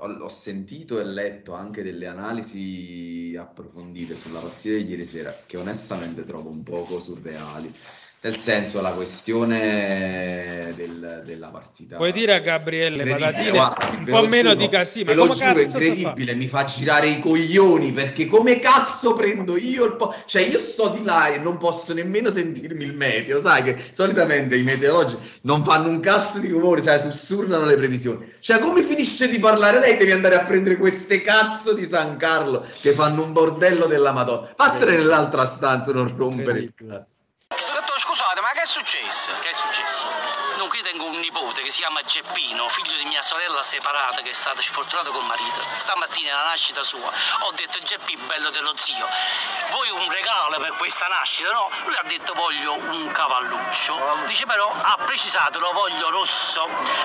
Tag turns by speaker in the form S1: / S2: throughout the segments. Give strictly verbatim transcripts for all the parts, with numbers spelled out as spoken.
S1: ho, ho sentito e letto anche delle analisi approfondite sulla partita di ieri sera, che onestamente trovo un poco surreali. Nel senso, la questione del, della partita.
S2: Puoi dire a Gabriele Patatine
S1: guarda,
S2: un
S1: ve
S2: po'
S1: lo
S2: meno
S1: giuro,
S2: dica sì,
S1: ve
S2: ma
S1: lo
S2: come
S1: giuro,
S2: cazzo
S1: è incredibile, mi fa girare i coglioni, perché come cazzo prendo io il po'... Cioè, io sto di là e non posso nemmeno sentirmi il meteo, sai che solitamente i meteorologi non fanno un cazzo di rumore, cioè sussurrano le previsioni. Cioè, come finisce di parlare lei, devi andare a prendere queste cazzo di San Carlo che fanno un bordello della Madonna. Vattene nell'altra stanza, non rompere il cazzo.
S3: Scusate, ma che è successo? Che è successo? Dunque, io tengo un nipote che si chiama Geppino, figlio di mia sorella separata che è stata sfortunata col marito. Stamattina alla nascita sua ho detto: Geppi, bello dello zio, vuoi un regalo per questa nascita? No? Lui ha detto: voglio un cavalluccio. Dice però, ha precisato, lo voglio rosso.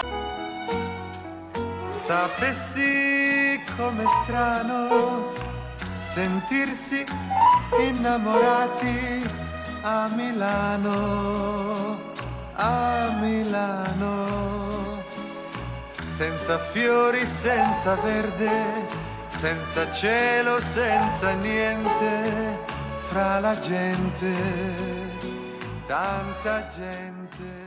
S4: Sapessi com'è strano sentirsi innamorati a Milano, a Milano, senza fiori, senza verde, senza cielo, senza niente, fra la gente, tanta gente.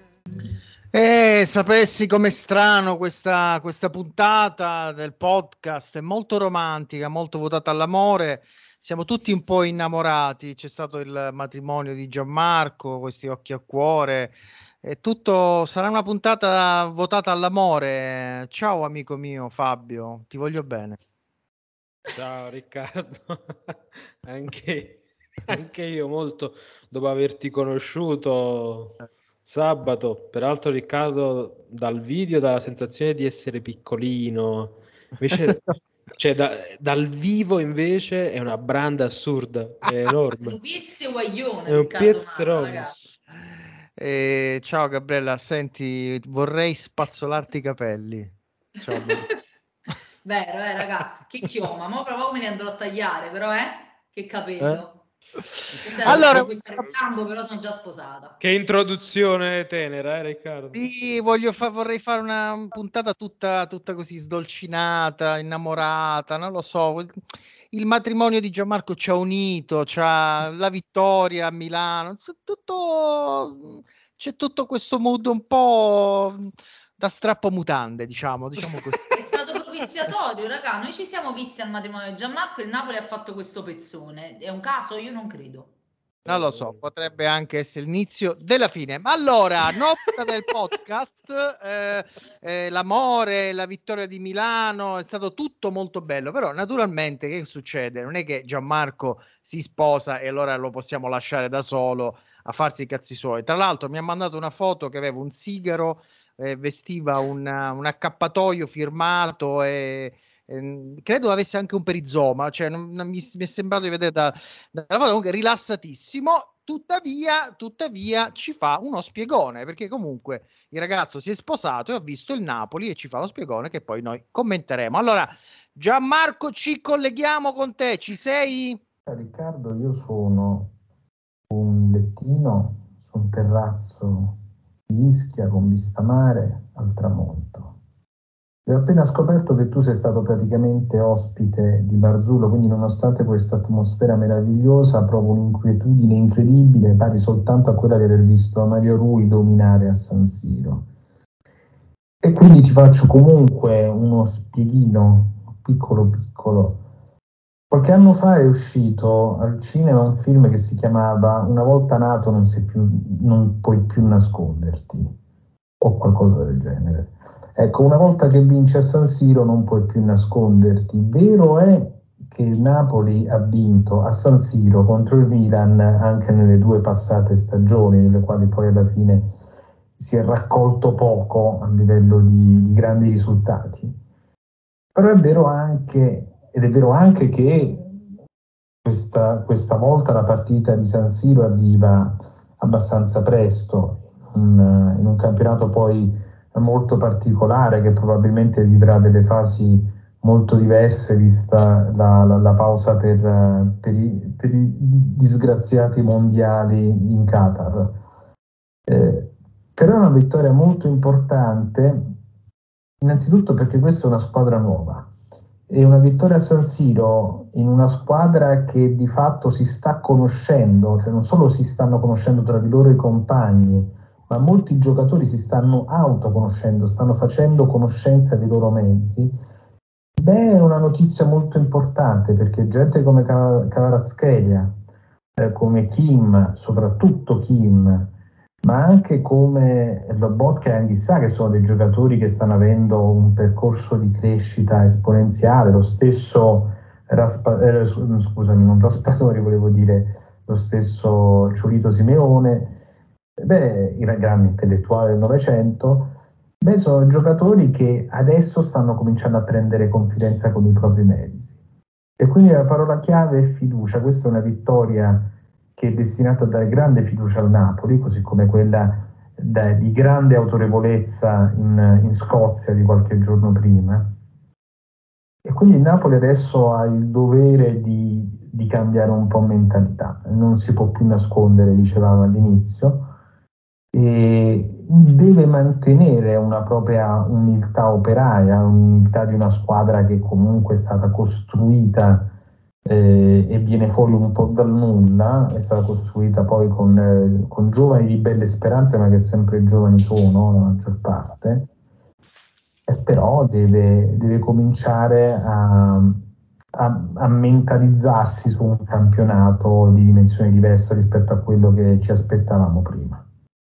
S5: E sapessi com'è strano questa, questa puntata del podcast, è molto romantica, molto votata all'amore. Siamo tutti un po' innamorati, c'è stato il matrimonio di Gianmarco, questi occhi a cuore, e tutto sarà una puntata votata all'amore. Ciao amico mio Fabio, ti voglio bene.
S2: Ciao Riccardo, anche, anche io molto dopo averti conosciuto sabato, peraltro Riccardo dal video dà la sensazione di essere piccolino, invece... Cioè, da, dal vivo invece è una branda assurda, è enorme.
S6: Un pizzo guaglione,
S2: è un
S6: Riccardo
S2: pizzo
S6: Marra, ragazzi.
S5: Eh, ciao Gabriella, senti, vorrei spazzolarti i capelli. Ciao.
S6: Vero, eh, raga, che chioma, ma proprio me li andrò a tagliare, però, eh, che capello.
S5: Eh? Allora,
S6: questo campo, però sono già sposata.
S2: Che introduzione tenera, eh, Riccardo?
S5: Sì, voglio fa- vorrei fare una puntata tutta, tutta così sdolcinata, innamorata, non lo so. Il matrimonio di Gianmarco ci ha unito, c'ha la vittoria a Milano, tutto, c'è tutto questo mood un po' da strappo mutande, diciamo, diciamo così.
S6: È stato propiziatorio, raga. Noi ci siamo visti al matrimonio di Gianmarco e il Napoli ha fatto questo pezzone. È un caso? Io non credo.
S5: Non lo so, potrebbe anche essere l'inizio della fine. Ma allora, nota del podcast, eh, eh, l'amore, la vittoria di Milano, è stato tutto molto bello, però naturalmente che succede? Non è che Gianmarco si sposa e allora lo possiamo lasciare da solo a farsi i cazzi suoi. Tra l'altro mi ha mandato una foto che aveva un sigaro, eh, vestiva una, un accappatoio firmato e... Eh, credo avesse anche un perizoma, cioè non, non mi, mi è sembrato di vedere da, dalla foto, comunque rilassatissimo. Tuttavia, tuttavia ci fa uno spiegone, perché comunque il ragazzo si è sposato e ha visto il Napoli e ci fa lo spiegone che poi noi commenteremo. Allora, Gianmarco, ci colleghiamo con te, ci sei?
S7: Riccardo, io sono un lettino su un terrazzo di Ischia con vista mare al tramonto. E ho appena scoperto che tu sei stato praticamente ospite di Marzullo, quindi nonostante questa atmosfera meravigliosa provo un'inquietudine incredibile, pari soltanto a quella di aver visto Mario Rui dominare a San Siro. E quindi ti faccio comunque uno spieghino, piccolo piccolo. Qualche anno fa è uscito al cinema un film che si chiamava Una volta nato non, sei più, non puoi più nasconderti, o qualcosa del genere. Ecco, una volta che vince a San Siro non puoi più nasconderti. Vero è che il Napoli ha vinto a San Siro contro il Milan anche nelle due passate stagioni, nelle quali poi alla fine si è raccolto poco a livello di, di grandi risultati. Però è vero anche, ed è vero anche che questa, questa volta la partita di San Siro arriva abbastanza presto, in, in un campionato poi molto particolare che probabilmente vivrà delle fasi molto diverse vista la, la, la pausa per, per, i, per i disgraziati mondiali in Qatar. Eh, però è una vittoria molto importante innanzitutto perché questa è una squadra nuova. E una vittoria a San Siro in una squadra che di fatto si sta conoscendo, cioè non solo si stanno conoscendo tra di loro i compagni, ma molti giocatori si stanno autoconoscendo, stanno facendo conoscenza dei loro mezzi. Beh, è una notizia molto importante, perché gente come Kvaratskhelia, eh, come Kim, soprattutto Kim, ma anche come Lobotka e Anghissà, che sono dei giocatori che stanno avendo un percorso di crescita esponenziale, lo stesso Raspa, eh, scusami, non Raspadori, volevo dire lo stesso Ciolito Simeone, beh, i grandi intellettuali del Novecento, beh, sono giocatori che adesso stanno cominciando a prendere confidenza con i propri mezzi. E quindi la parola chiave è fiducia. Questa è una vittoria che è destinata a dare grande fiducia al Napoli, così come quella da, di grande autorevolezza in, in Scozia di qualche giorno prima. E quindi il Napoli adesso ha il dovere di, di cambiare un po' mentalità, non si può più nascondere, dicevamo all'inizio, e deve mantenere una propria umiltà operaia, un'umiltà di una squadra che comunque è stata costruita Eh, e viene fuori un po' dal nulla, è stata costruita poi con, eh, con giovani di belle speranze, ma che sempre giovani sono la maggior parte, e però deve, deve cominciare a, a, a mentalizzarsi su un campionato di dimensione diversa rispetto a quello che ci aspettavamo prima.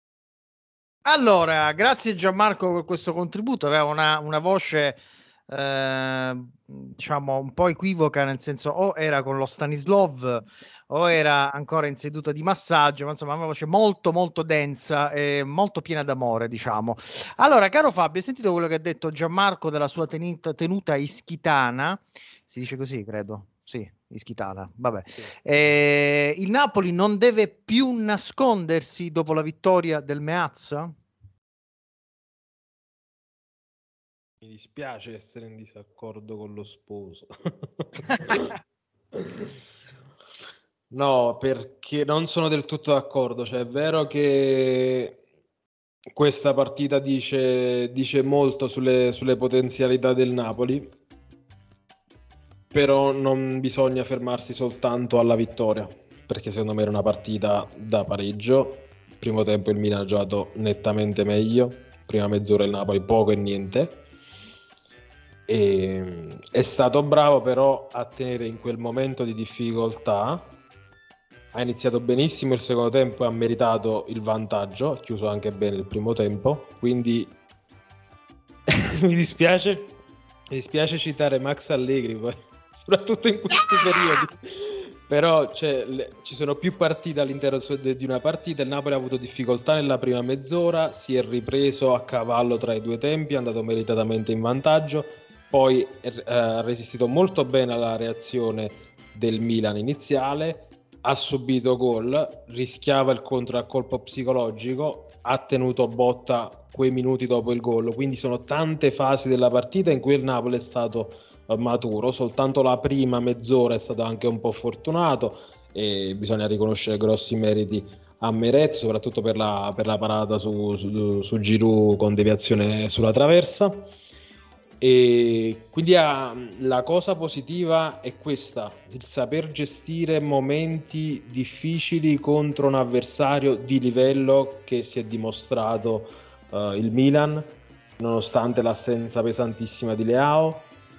S5: Allora, grazie Gianmarco per questo contributo. Aveva una, una voce Eh, diciamo un po' equivoca, nel senso o era con lo Stanislov o era ancora in seduta di massaggio, ma insomma una voce molto molto densa e molto piena d'amore, diciamo. Allora, caro Fabio, hai sentito quello che ha detto Gianmarco della sua tenuta, tenuta ischitana? Si dice così, credo. Sì, ischitana, vabbè. Sì. Eh, il Napoli non deve più nascondersi dopo la vittoria del Meazza?
S2: Mi dispiace essere in disaccordo con lo sposo. No, perché non sono del tutto d'accordo. Cioè, è vero che questa partita dice, dice molto sulle, sulle potenzialità del Napoli, però non bisogna fermarsi soltanto alla vittoria, perché secondo me era una partita da pareggio. Primo tempo il Milan ha giocato nettamente meglio, prima mezz'ora il Napoli poco e niente. E è stato bravo però a tenere in quel momento di difficoltà, ha iniziato benissimo il secondo tempo e ha meritato il vantaggio, ha chiuso anche bene il primo tempo, quindi mi dispiace mi dispiace citare Max Allegri poi, soprattutto in questi periodi, però cioè, le, ci sono più partite all'interno di una partita. Il Napoli ha avuto difficoltà nella prima mezz'ora, si è ripreso a cavallo tra i due tempi, è andato meritatamente in vantaggio. Poi eh, ha resistito molto bene alla reazione del Milan iniziale, ha subito gol, rischiava il contraccolpo psicologico, ha tenuto botta quei minuti dopo il gol, quindi sono tante fasi della partita in cui il Napoli è stato eh, maturo, soltanto la prima mezz'ora è stato anche un po' fortunato e bisogna riconoscere grossi meriti a Meret, soprattutto per la, per la parata su, su, su Giroud con deviazione sulla traversa. E quindi ah, la cosa positiva è questa, il saper gestire momenti difficili contro un avversario di livello che si è dimostrato uh, il Milan, nonostante l'assenza pesantissima di Leao,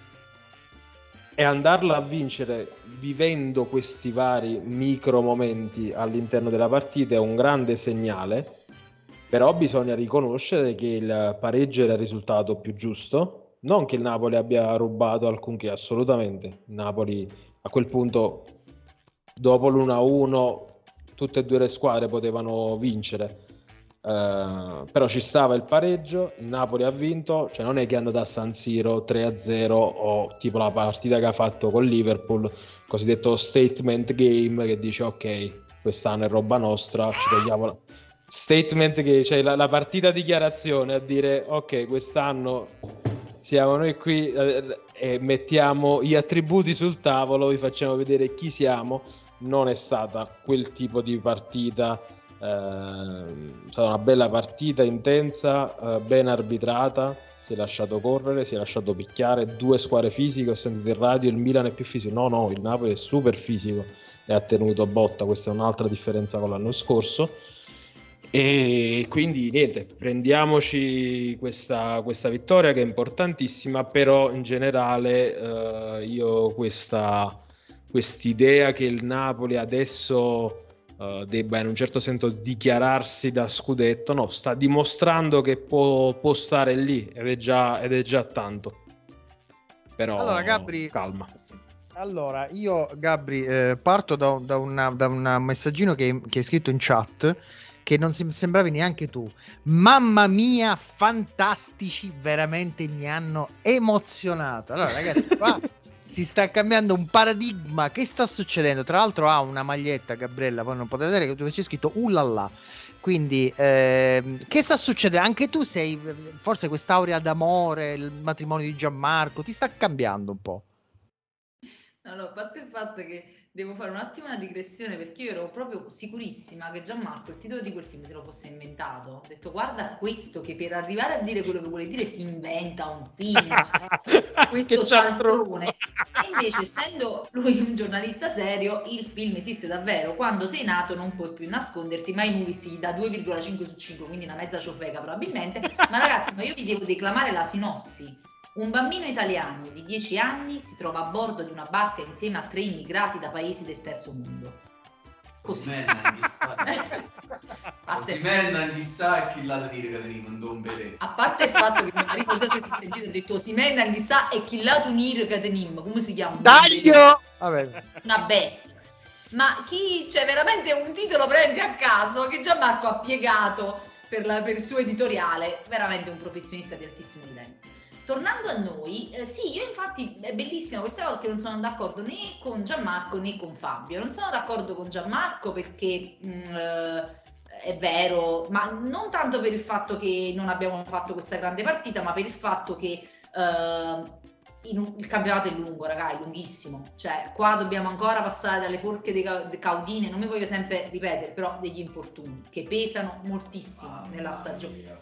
S2: e andarla a vincere vivendo questi vari micro momenti all'interno della partita è un grande segnale. Però bisogna riconoscere che il pareggio era il risultato più giusto. Non che il Napoli abbia rubato alcunché, assolutamente. Il Napoli a quel punto, dopo l'uno a uno, tutte e due le squadre potevano vincere. Uh, però ci stava il pareggio, il Napoli ha vinto, cioè non è che è andato a San Siro tre a zero o tipo la partita che ha fatto con Liverpool, cosiddetto statement game, che dice ok, quest'anno è roba nostra, ci togliamo la... Statement che cioè la, la partita dichiarazione a dire ok, quest'anno siamo noi qui eh, e mettiamo gli attributi sul tavolo, vi facciamo vedere chi siamo. Non è stata quel tipo di partita è stata una bella partita intensa, eh, ben arbitrata, si è lasciato correre, si è lasciato picchiare, due squadre fisiche, ho sentito il radio, il Milan è più fisico, no no, il Napoli è super fisico e ha tenuto botta, questa è un'altra differenza con l'anno scorso. E quindi niente, prendiamoci questa, questa vittoria che è importantissima, però in generale eh, io questa quest'idea che il Napoli adesso uh, debba in un certo senso dichiararsi da scudetto, no, sta dimostrando che può, può stare lì ed è già, ed è già tanto. Però
S5: allora, Gabri,
S2: calma.
S5: Allora, io Gabri eh, parto da, da, una, da un messaggino che, che hai scritto in chat, che non sem- sembravi neanche tu. Mamma mia, fantastici, veramente mi hanno emozionato. Allora ragazzi, qua si sta cambiando un paradigma. Che sta succedendo? Tra l'altro ha una maglietta, Gabriella, poi non potete vedere, dove c'è scritto ulala. Quindi ehm, che sta succedendo? Anche tu sei, forse quest'aurea d'amore, il matrimonio di Gianmarco ti sta cambiando un po'.
S6: No, no, a parte il fatto che devo fare un attimo una digressione, perché io ero proprio sicurissima che Gianmarco il titolo di quel film se lo fosse inventato. Ho detto guarda questo che per arrivare a dire quello che vuole dire si inventa un film, questo cialtrone. E invece, essendo lui un giornalista serio, il film esiste davvero. Quando sei nato non puoi più nasconderti, ma i movies gli dà due virgola cinque su cinque, quindi una mezza ciofeca probabilmente. Ma ragazzi, ma io vi devo declamare la sinossi. Un bambino italiano di dieci anni si trova a bordo di una barca insieme a tre immigrati da paesi del terzo mondo. Così.
S1: Osimen gli sta chi l'ha dire Caterina, non bere.
S6: A parte il fatto che mio marito, non so se si è sentito, ha detto Osimen gli sa e chi l'ha unire Catenim, come si chiama?
S5: Taglio! Vabbè.
S6: Una bestia. Ma chi, cioè veramente un titolo prende a caso che Gianmarco ha piegato per, la, per il suo editoriale, veramente un professionista di altissimo livello. Tornando a noi, eh, sì, io infatti è bellissimo questa cosa che non sono d'accordo né con Gianmarco né con Fabio. Non sono d'accordo con Gianmarco perché mh, eh, è vero, ma non tanto per il fatto che non abbiamo fatto questa grande partita, ma per il fatto che eh, in, il campionato è lungo, raga, è lunghissimo. Cioè, qua dobbiamo ancora passare dalle forche dei caudine, non mi voglio sempre ripetere, però degli infortuni che pesano moltissimo ah, nella stagione.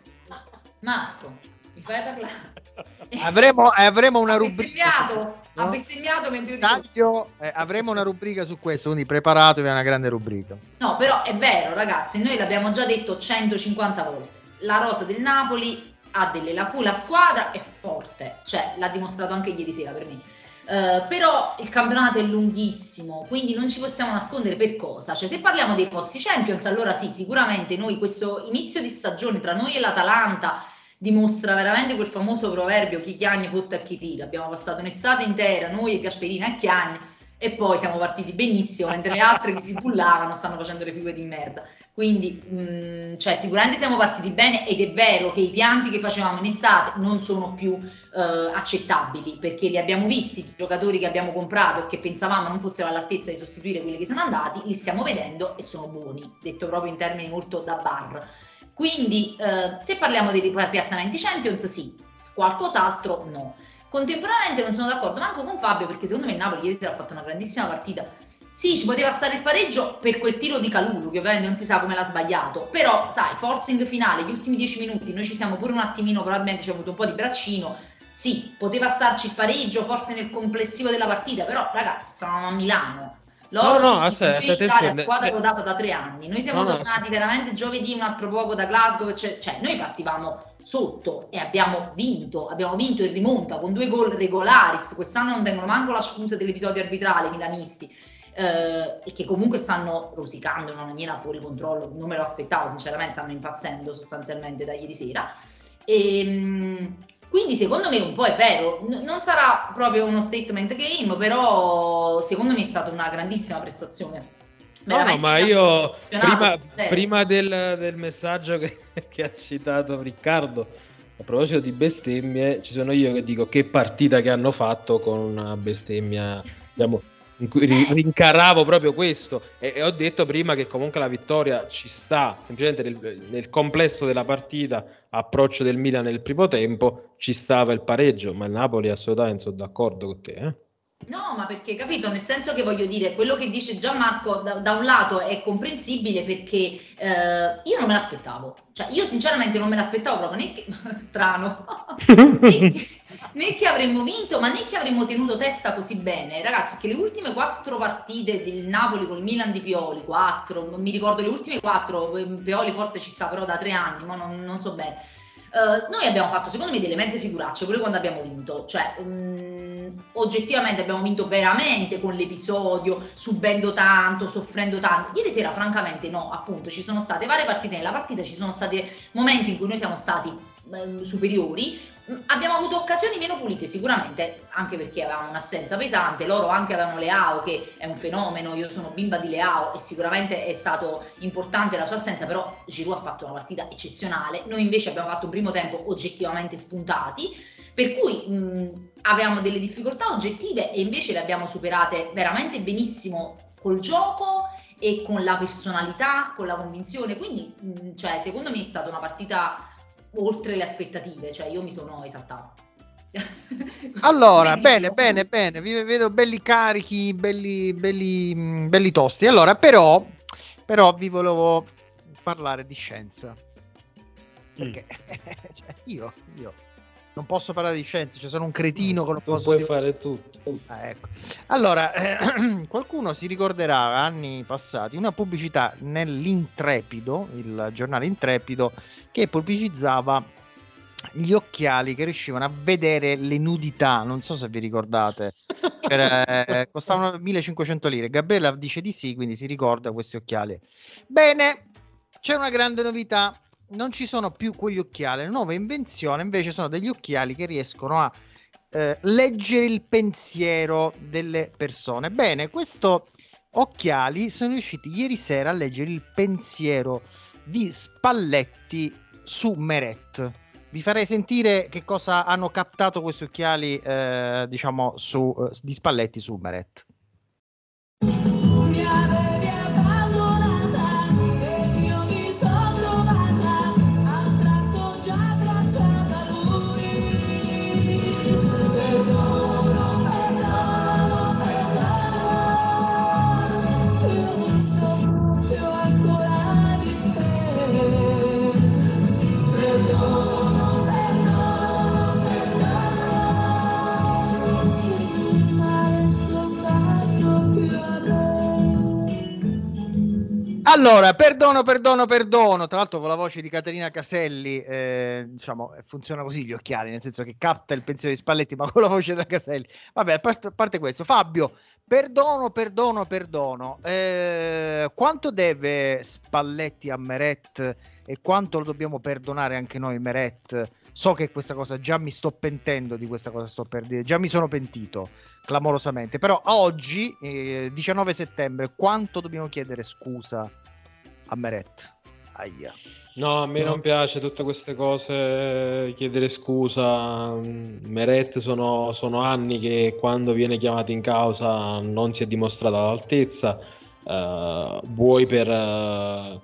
S6: Marco, mi fai parlare?
S5: Avremo, avremo una
S6: ha
S5: rubrica.
S6: Bestemmiato,
S5: no?
S6: Ha bestemmiato mentre
S5: Taglio, eh, avremo una rubrica su questo, quindi preparatevi a una grande rubrica.
S6: No, però è vero, ragazzi, noi l'abbiamo già detto centocinquanta volte. La rosa del Napoli ha delle lacune, la squadra è forte, cioè l'ha dimostrato anche ieri sera per me. Uh, però il campionato è lunghissimo, quindi non ci possiamo nascondere per cosa. Cioè, se parliamo dei posti Champions, allora sì, sicuramente noi questo inizio di stagione tra noi e l'Atalanta dimostra veramente quel famoso proverbio chi chiagna fotte a chi tira. Abbiamo passato un'estate intera noi e Gasperini a chiagna e poi siamo partiti benissimo, mentre le altre che si bullavano stanno facendo le figure di merda. Quindi mh, cioè, sicuramente siamo partiti bene ed è vero che i pianti che facevamo in estate non sono più eh, accettabili, perché li abbiamo visti, i giocatori che abbiamo comprato e che pensavamo non fossero all'altezza di sostituire quelli che sono andati, li stiamo vedendo e sono buoni, detto proprio in termini molto da bar. Quindi eh, se parliamo dei piazzamenti Champions sì, qualcos'altro no. Contemporaneamente non sono d'accordo manco con Fabio, perché secondo me il Napoli ieri sera ha fatto una grandissima partita. Sì, ci poteva stare il pareggio per quel tiro di Kalulu, che ovviamente non si sa come l'ha sbagliato, però sai, forcing finale, gli ultimi dieci minuti, noi ci siamo pure un attimino, probabilmente ci ha avuto un po' di braccino. Sì, poteva starci il pareggio forse nel complessivo della partita, però ragazzi, stavamo a Milano. Loro
S2: no, no,
S6: sì,
S2: aspetta,
S6: Italia,
S2: se...
S6: squadra rodata da tre anni. Noi siamo
S2: no,
S6: tornati
S2: no,
S6: veramente giovedì, un altro poco da Glasgow, cioè, cioè noi partivamo sotto e abbiamo vinto, abbiamo vinto in rimonta con due gol regolari. Quest'anno non tengono manco la scusa dell'episodio arbitrale milanisti, eh, e che comunque stanno rosicando in una maniera fuori controllo. Non me lo aspettavo, sinceramente, stanno impazzendo sostanzialmente da ieri sera. E mh, quindi secondo me un po' è vero, N- non sarà proprio uno statement game, però secondo me è stata una grandissima prestazione.
S2: No, no, ma io prima, prima del, del messaggio che, che ha citato Riccardo, a proposito di bestemmie, ci sono io che dico che partita che hanno fatto con una bestemmia, diciamo, in cui rincaravo proprio questo e, e ho detto prima che comunque la vittoria ci sta, semplicemente nel, nel complesso della partita, approccio del Milan nel primo tempo, ci stava il pareggio, ma il Napoli assolutamente sono d'accordo con te, eh?
S6: No, ma perché, capito? Nel senso che voglio dire, quello che dice Gianmarco da, da un lato è comprensibile perché eh, io non me l'aspettavo. Cioè, io sinceramente non me l'aspettavo proprio, né che... strano, né, che, né che avremmo vinto, ma né che avremmo tenuto testa così bene. Ragazzi, che le ultime quattro partite del Napoli col Milan di Pioli, quattro, non mi ricordo le ultime quattro, Pioli forse ci sta però da tre anni, ma non, non so bene. Uh, noi abbiamo fatto secondo me delle mezze figuracce pure quando abbiamo vinto, cioè um, oggettivamente abbiamo vinto veramente con l'episodio, subendo tanto, soffrendo tanto. Ieri sera francamente no, appunto ci sono state varie partite nella partita, ci sono stati momenti in cui noi siamo stati um, superiori, abbiamo avuto occasioni meno pulite sicuramente, anche perché avevamo un'assenza pesante, loro anche avevano Leao che è un fenomeno, io sono bimba di Leao e sicuramente è stato importante la sua assenza, però Giroud ha fatto una partita eccezionale, noi invece abbiamo fatto un primo tempo oggettivamente spuntati, per cui mh, avevamo delle difficoltà oggettive e invece le abbiamo superate veramente benissimo col gioco e con la personalità, con la convinzione, quindi mh, cioè, secondo me è stata una partita oltre le aspettative, cioè io mi sono esaltata.
S5: Allora, bene, bene, bene, vi vedo belli carichi, belli, belli, belli tosti. Allora, però, però vi volevo parlare di scienza. Perché mm. cioè, io, io non posso parlare di scienza, cioè sono un cretino che non posso
S2: puoi
S5: dire...
S2: fare tutto.
S5: Ah, ecco. Allora, eh, qualcuno si ricorderà anni passati una pubblicità nell'Intrepido, il giornale Intrepido, che pubblicizzava gli occhiali che riuscivano a vedere le nudità, non so se vi ricordate. C'era, costavano millecinquecento lire. Gabriella dice di sì, quindi si ricorda questi occhiali. Bene, c'è una grande novità. Non ci sono più quegli occhiali, la nuova invenzione invece sono degli occhiali che riescono a eh, leggere il pensiero delle persone. Bene, questi occhiali sono riusciti ieri sera a leggere il pensiero di Spalletti su Meret. Vi farei sentire che cosa hanno captato questi occhiali eh, diciamo su, eh, di Spalletti su Meret. Allora, perdono, perdono, perdono. Tra l'altro con la voce di Caterina Caselli, eh, diciamo, funziona così gli occhiali, nel senso che capta il pensiero di Spalletti, ma con la voce da Caselli. Vabbè, a parte, a parte questo, Fabio, perdono, perdono, perdono. Eh, quanto deve Spalletti a Meret e quanto lo dobbiamo perdonare anche noi, Meret? So che questa cosa, già mi sto pentendo di questa cosa, sto per dire, già mi sono pentito clamorosamente, però oggi, eh, diciannove settembre, quanto dobbiamo chiedere scusa a Meret? Aia.
S2: No, a me no. non piace tutte queste cose, chiedere scusa. Meret sono, sono anni che quando viene chiamato in causa non si è dimostrata all'altezza, uh, vuoi per uh,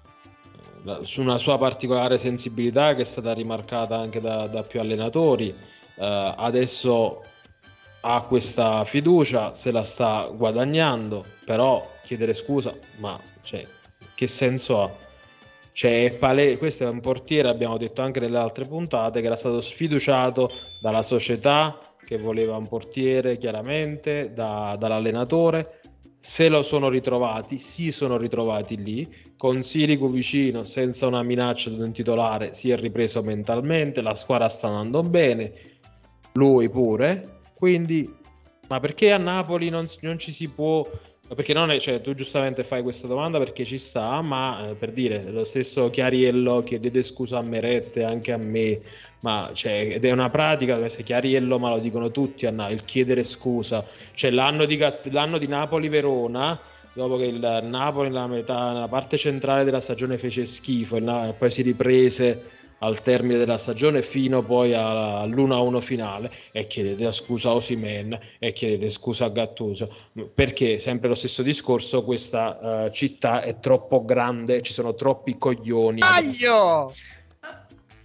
S2: su una sua particolare sensibilità che è stata rimarcata anche da, da più allenatori, uh, adesso ha questa fiducia, se la sta guadagnando, però chiedere scusa, ma cioè, che senso ha? Cioè, è pale- questo è un portiere, abbiamo detto anche nelle altre puntate, che era stato sfiduciato dalla società che voleva un portiere, chiaramente, da, dall'allenatore. Se lo sono ritrovati, si sono ritrovati lì, con Sirigu vicino, senza una minaccia di un titolare, si è ripreso mentalmente, la squadra sta andando bene, lui pure. Quindi, ma perché a Napoli non, non ci si può... Perché non è, cioè, tu giustamente fai questa domanda perché ci sta, ma eh, per dire, lo stesso Chiariello chiedete scusa a Meret e anche a me, ma cioè, ed è una pratica dove se Chiariello, ma lo dicono tutti a Napoli, il chiedere scusa. Cioè l'anno di, l'anno di Napoli-Verona, dopo che il Napoli nella metà, nella parte centrale della stagione fece schifo e poi si riprese al termine della stagione fino poi all'uno a uno finale, e chiedete scusa a Osimhen e chiedete scusa a Gattuso, perché sempre lo stesso discorso, questa uh, città è troppo grande, ci sono troppi coglioni.
S5: Aglio!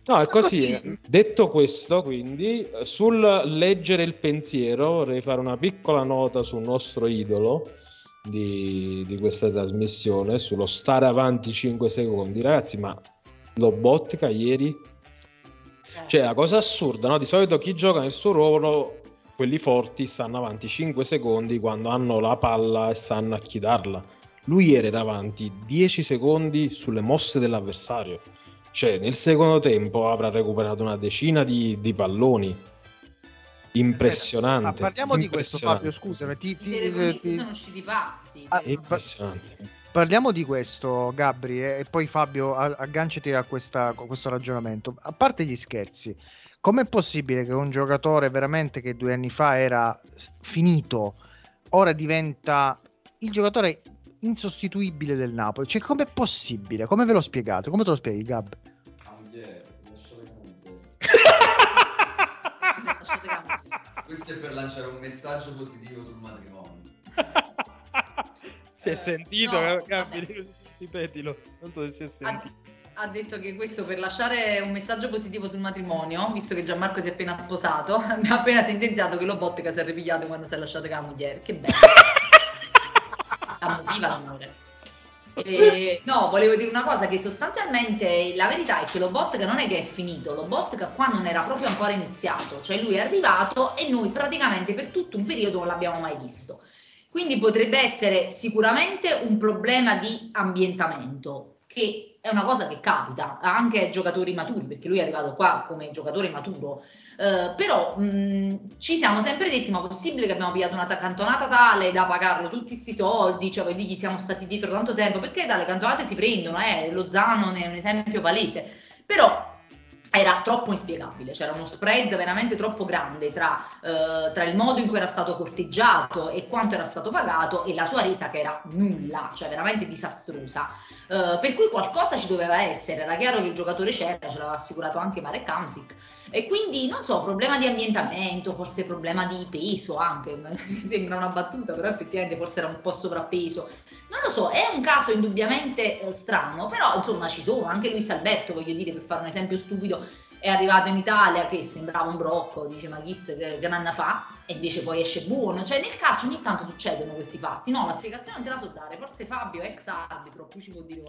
S2: No, è così. Detto questo, quindi, sul leggere il pensiero, vorrei fare una piccola nota sul nostro idolo di, di questa trasmissione, sullo stare avanti cinque secondi. Ragazzi, ma Lobotka ieri... Cioè, la cosa assurda, no? Di solito chi gioca nel suo ruolo, quelli forti, stanno avanti cinque secondi quando hanno la palla e sanno a chi darla. Lui ieri era avanti dieci secondi sulle mosse dell'avversario. Cioè, nel secondo tempo avrà recuperato una decina di, di palloni. Impressionante.
S5: Ma parliamo di questo, Fabio, scusa. Ti, ti,
S6: I telecronisti
S5: ti...
S6: sono usciti pazzi.
S5: Ah,
S2: impressionante.
S5: Parliamo di questo, Gabri, eh, e poi Fabio, agganciati a, questa, a questo ragionamento. A parte gli scherzi, com'è possibile che un giocatore veramente che due anni fa era finito, ora diventa il giocatore insostituibile del Napoli? Cioè, com'è possibile? Come ve lo spiegate? Come te lo spieghi, Gab?
S1: Questo è per lanciare un messaggio positivo sul matrimonio.
S2: Si è sentito,
S6: no,
S2: Gabri? Ripetilo, non so se si è sentito.
S6: Ha, ha detto che questo per lasciare un messaggio positivo sul matrimonio, visto che Gianmarco si è appena sposato, mi ha appena sentenziato che Lobotka si è ripigliato quando si è lasciato con la moglie. Che bello. Viva l'amore. E, no, volevo dire una cosa, che sostanzialmente la verità è che Lobotka non è che è finito, Lobotka qua non era proprio ancora iniziato, cioè lui è arrivato e noi praticamente per tutto un periodo non l'abbiamo mai visto. Quindi potrebbe essere sicuramente un problema di ambientamento, che è una cosa che capita anche ai giocatori maturi, perché lui è arrivato qua come giocatore maturo, eh, però mh, ci siamo sempre detti: ma possibile che abbiamo pigliato una cantonata tale da pagarlo tutti questi soldi, cioè di chi siamo stati dietro tanto tempo, perché dalle cantonate si prendono, eh? Lozano ne è un esempio palese, però era troppo inspiegabile, c'era uno spread veramente troppo grande tra, eh, tra il modo in cui era stato corteggiato e quanto era stato pagato e la sua resa che era nulla, cioè veramente disastrosa, eh, per cui qualcosa ci doveva essere, era chiaro che il giocatore c'era, ce l'aveva assicurato anche Marek Hamsik, e quindi non so, problema di ambientamento, forse problema di peso anche, sembra una battuta, però effettivamente forse era un po' sovrappeso, non lo so, è un caso indubbiamente eh, strano, però insomma ci sono, anche Luis Alberto, voglio dire, per fare un esempio stupido, è arrivato in Italia che sembrava un brocco, dice ma chi che, che nanna fa, e invece poi esce buono, cioè nel calcio ogni tanto succedono questi fatti, no, la spiegazione non te la so dare, forse Fabio ex arbitro, più ci può dire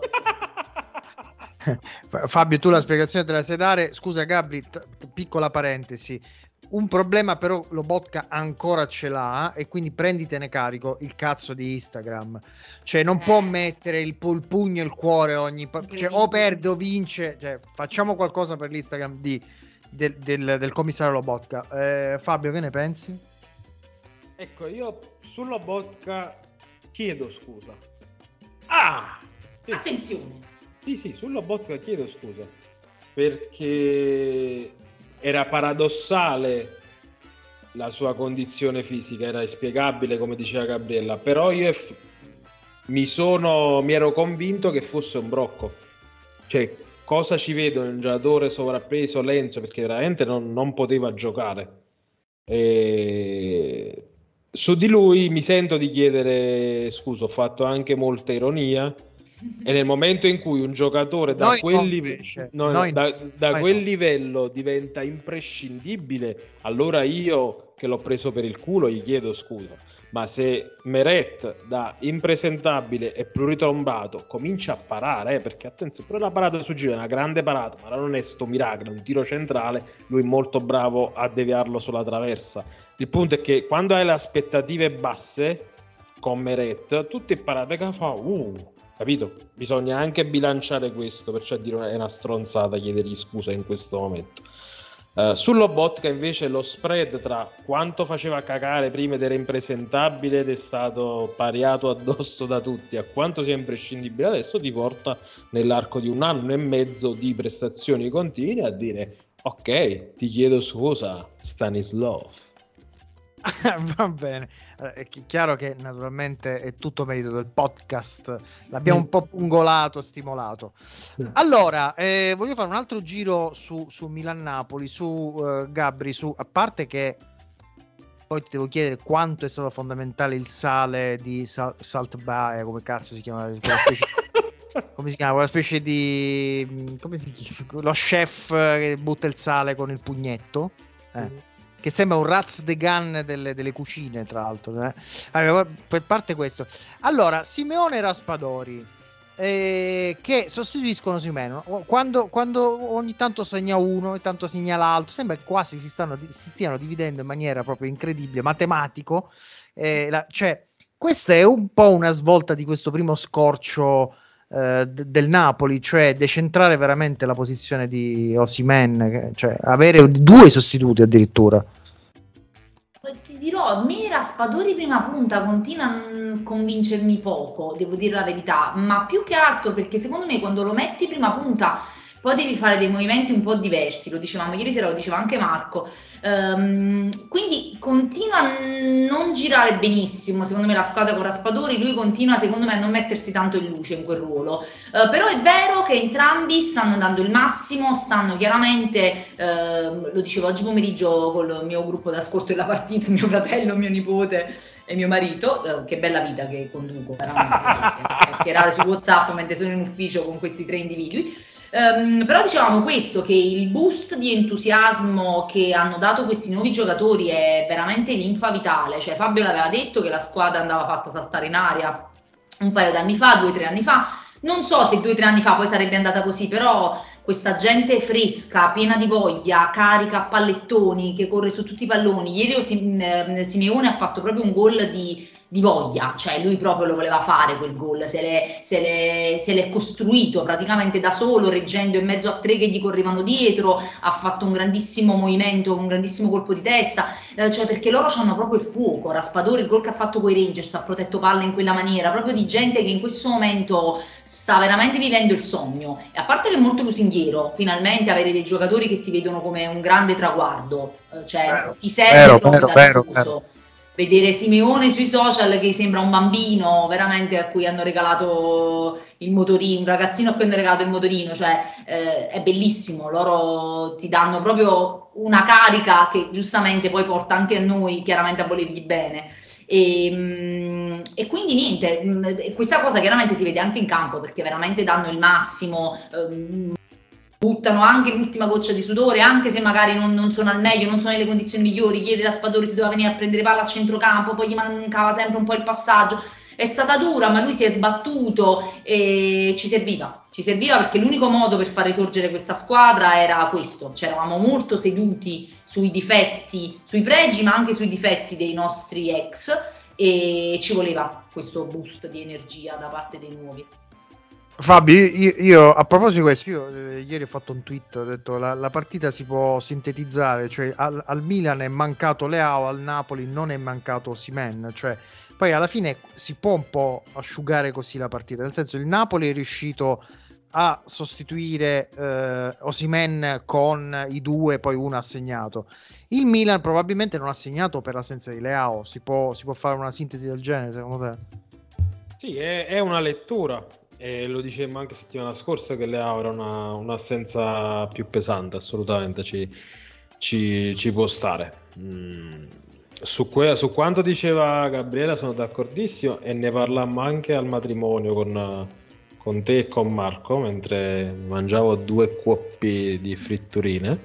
S5: Fabio, tu la spiegazione te la sai dare. Scusa Gabri, t- piccola parentesi, un problema però Lobotka ancora ce l'ha, e quindi prenditene carico, il cazzo di Instagram, cioè non eh. può mettere il, il pugno e il cuore ogni pa- cioè, o perde o vince, cioè, facciamo qualcosa per l'Instagram di, del, del, del commissario Lobotka. eh, Fabio, che ne pensi?
S2: Ecco, io su Lobotka chiedo scusa. Ah!
S6: Sì. Attenzione.
S2: Sì, sì, su Lobotka chiedo scusa, perché era paradossale la sua condizione fisica, era inspiegabile come diceva Gabriella, però io mi sono mi ero convinto che fosse un brocco, cioè cosa ci vedo in un giocatore sovrappeso, lento, perché veramente non, non poteva giocare, e su di lui mi sento di chiedere scusa, ho fatto anche molta ironia. E nel momento in cui un giocatore da
S5: noi
S2: quel,
S5: no,
S2: live- no,
S5: noi
S2: da, da
S5: noi
S2: quel
S5: no.
S2: livello diventa imprescindibile, allora io che l'ho preso per il culo gli chiedo scusa. Ma se Meret da impresentabile e pluritrombato comincia a parare, eh, perché attenzione, pure la parata su giro è una grande parata, ma non è sto miracolo, è un tiro centrale, lui è molto bravo a deviarlo sulla traversa. Il punto è che quando hai le aspettative basse con Meret, tutte parate che fa uh capito? Bisogna anche bilanciare questo, perciò dire è una stronzata chiedergli scusa in questo momento. Uh, Sull'Obotka invece lo spread tra quanto faceva cagare prima ed era impresentabile ed è stato pariato addosso da tutti a quanto sia imprescindibile adesso ti porta nell'arco di un anno e mezzo di prestazioni continue a dire ok, ti chiedo scusa Stanislav.
S5: Va bene, è chiaro che naturalmente è tutto merito del podcast, l'abbiamo mm. un po' pungolato, stimolato. Sì. Allora, eh, voglio fare un altro giro su, su Milan-Napoli, su uh, Gabri, su, a parte che poi ti devo chiedere quanto è stato fondamentale il sale di Sal- Salt Bae, come cazzo si chiama? come si chiama, una specie di, come si chiama, lo chef che butta il sale con il pugnetto, eh. che sembra un Raz de Gun delle, delle cucine, tra l'altro, eh. Allora, per parte questo, allora Simeone e Raspadori eh, che sostituiscono Simeone quando, quando ogni tanto segna uno e tanto segna l'altro, sembra che quasi si, stanno, si stiano dividendo in maniera proprio incredibile, matematico, eh, la, cioè questa è un po' una svolta di questo primo scorcio eh, d- del Napoli, cioè decentrare veramente la posizione di Osimhen, cioè avere due sostituti addirittura.
S6: Ti dirò, a me Raspadori prima punta continua a non convincermi poco, devo dire la verità, ma più che altro perché secondo me quando lo metti prima punta poi devi fare dei movimenti un po' diversi, lo dicevamo ieri sera, lo diceva anche Marco, um, quindi continua a non girare benissimo secondo me la squadra con Raspadori, lui continua secondo me a non mettersi tanto in luce in quel ruolo, uh, però è vero che entrambi stanno dando il massimo, stanno chiaramente, uh, lo dicevo oggi pomeriggio col mio gruppo d'ascolto della partita, mio fratello, mio nipote e mio marito, uh, che bella vita che conduco veramente, chiacchierare su WhatsApp mentre sono in ufficio con questi tre individui. Um, però dicevamo questo, che il boost di entusiasmo che hanno dato questi nuovi giocatori è veramente linfa vitale, cioè Fabio l'aveva detto che la squadra andava fatta saltare in aria un paio d'anni fa, due o tre anni fa, non so se due o tre anni fa poi sarebbe andata così, però questa gente fresca, piena di voglia, carica a pallettoni, che corre su tutti i palloni, ieri Simeone ha fatto proprio un gol di di voglia, cioè lui proprio lo voleva fare quel gol, se l'è, se, l'è, se l'è costruito praticamente da solo, reggendo in mezzo a tre che gli correvano dietro, ha fatto un grandissimo movimento, un grandissimo colpo di testa, eh, cioè perché loro hanno proprio il fuoco. Raspadori, il gol che ha fatto coi Rangers, ha protetto palle in quella maniera, proprio di gente che in questo momento sta veramente vivendo il sogno, e a parte che è molto lusinghiero finalmente avere dei giocatori che ti vedono come un grande traguardo, eh, cioè vero, ti serve
S5: vero,
S6: proprio
S5: vero,
S6: da
S5: vero,
S6: vero. Vedere Simeone sui social che sembra un bambino veramente a cui hanno regalato il motorino, un ragazzino a cui hanno regalato il motorino, cioè eh, è bellissimo, loro ti danno proprio una carica che giustamente poi porta anche a noi chiaramente a volergli bene. E, e quindi niente, questa cosa chiaramente si vede anche in campo perché veramente danno il massimo, ehm, buttano anche l'ultima goccia di sudore, anche se magari non, non sono al meglio, non sono nelle condizioni migliori. Ieri Raspadori si doveva venire a prendere palla a centrocampo, poi gli mancava sempre un po' il passaggio, è stata dura, ma lui si è sbattuto e ci serviva, ci serviva perché l'unico modo per far risorgere questa squadra era questo, cioè eravamo molto seduti sui difetti, sui pregi ma anche sui difetti dei nostri ex, e ci voleva questo boost di energia da parte dei nuovi.
S5: Fabi, io, io a proposito di questo, io eh, ieri ho fatto un tweet, ho detto la, la partita si può sintetizzare, cioè al, al Milan è mancato Leao, al Napoli non è mancato Osimhen, cioè poi alla fine si può un po' asciugare così la partita, nel senso il Napoli è riuscito a sostituire eh, Osimhen con i due, poi uno ha segnato, il Milan probabilmente non ha segnato per l'assenza di Leao, si può, si può fare una sintesi del genere secondo te?
S2: Sì, è, è una lettura. E lo dicevamo anche settimana scorsa che Leao era una, un'assenza più pesante, assolutamente ci, ci, ci può stare. Mm. Su, que- su quanto diceva Gabriele sono d'accordissimo e ne parlammo anche al matrimonio con, con te e con Marco mentre mangiavo due cuoppi di fritturine.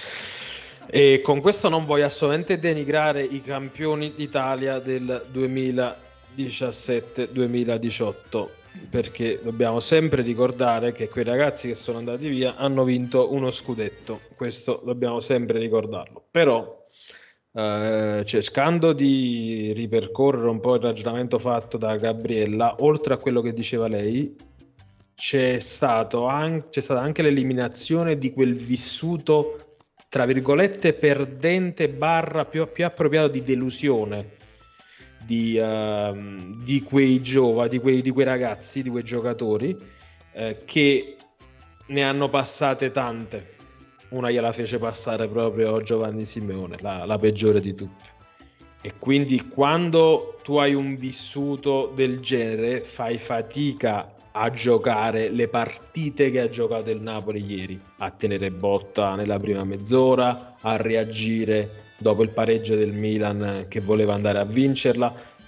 S2: E con questo non voglio assolutamente denigrare i campioni d'Italia del duemiladiciassette duemiladiciotto, perché dobbiamo sempre ricordare che quei ragazzi che sono andati via hanno vinto uno scudetto, questo dobbiamo sempre ricordarlo. Però eh, cercando di ripercorrere un po' il ragionamento fatto da Gabriella, oltre a quello che diceva lei, c'è stato an- c'è stata anche l'eliminazione di quel vissuto tra virgolette perdente barra più, più appropriato di delusione Di, uh, di quei giovani, di quei, di quei ragazzi, di quei giocatori eh, che ne hanno passate tante. Una gliela fece passare proprio Giovanni Simeone, la, la peggiore di tutte. E quindi quando tu hai un vissuto del genere fai fatica a giocare le partite che ha giocato il Napoli ieri, a tenere botta nella prima mezz'ora, a reagire dopo il pareggio del Milan che voleva andare a vincerla,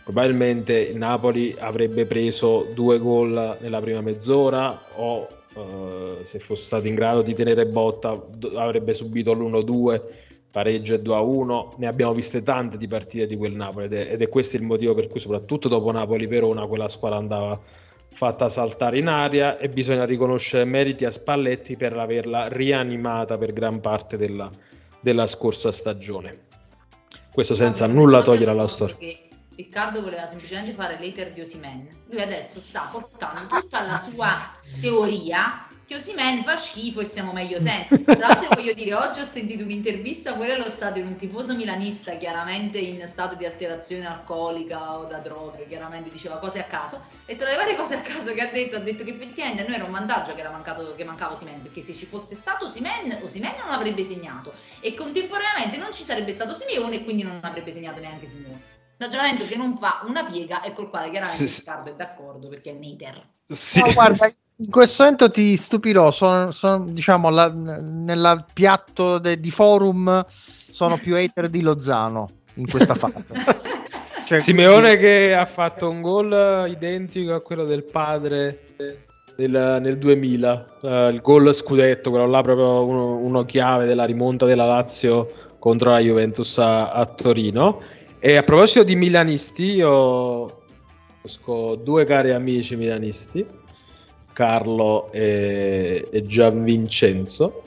S2: probabilmente il Napoli avrebbe preso due gol nella prima mezz'ora o uh, se fosse stato in grado di tenere botta d- avrebbe subito l'uno due, pareggio e due a uno. Ne abbiamo viste tante di partite di quel Napoli ed è, ed è questo il motivo per cui soprattutto dopo Napoli-Verona quella squadra andava fatta saltare in aria, e bisogna riconoscere meriti a Spalletti per averla rianimata per gran parte della, della scorsa stagione. Questo senza
S6: Vabbè,
S2: nulla
S6: io
S2: togliere alla
S6: ricordo
S2: storia.
S6: che Riccardo voleva semplicemente fare l'hater di Osimhen. Lui adesso sta portando tutta la sua teoria che Osimhen fa schifo e siamo meglio senza. Tra l'altro voglio dire, oggi ho sentito un'intervista pure allo stadio di un tifoso milanista, chiaramente in stato di alterazione alcolica o da droghe, chiaramente diceva cose a caso, e tra le varie cose a caso che ha detto, ha detto che effettivamente a noi era un vantaggio che era mancato, che mancava Osimhen, perché se ci fosse stato Osimhen, Osimhen non avrebbe segnato e contemporaneamente non ci sarebbe stato Simeone e quindi non avrebbe segnato neanche Simeone. Ragionamento che non fa una piega e col quale chiaramente
S2: Sì.
S6: Riccardo è d'accordo perché è un hater.
S2: Sì.
S5: No, guarda, in questo momento ti stupirò, sono, sono, diciamo la, nel piatto de, di forum sono più hater di Lozano in questa fase. Cioè,
S2: Simeone
S5: quindi...
S2: che ha fatto un gol identico a quello del padre nel, nel duemila, uh, il gol scudetto, quello là proprio uno, uno chiave della rimonta della Lazio contro la Juventus a, a Torino. E a proposito di milanisti, io conosco due cari amici milanisti, Carlo e, e Gianvincenzo,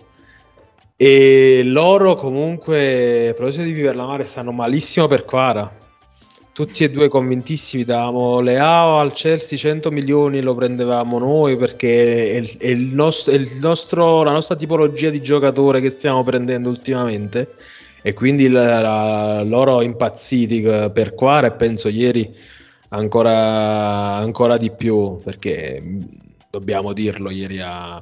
S2: e loro comunque a proposito di Viverla Mare stanno malissimo per Kvara. Tutti e due convintissimi, davamo Leao al Chelsea cento milioni, lo prendevamo noi perché è, il, è, il nostro, è il nostro, la nostra tipologia di giocatore che stiamo prendendo ultimamente, e quindi la, la, loro impazziti per Kvara, e penso ieri ancora, ancora di più, perché dobbiamo dirlo, ieri ha,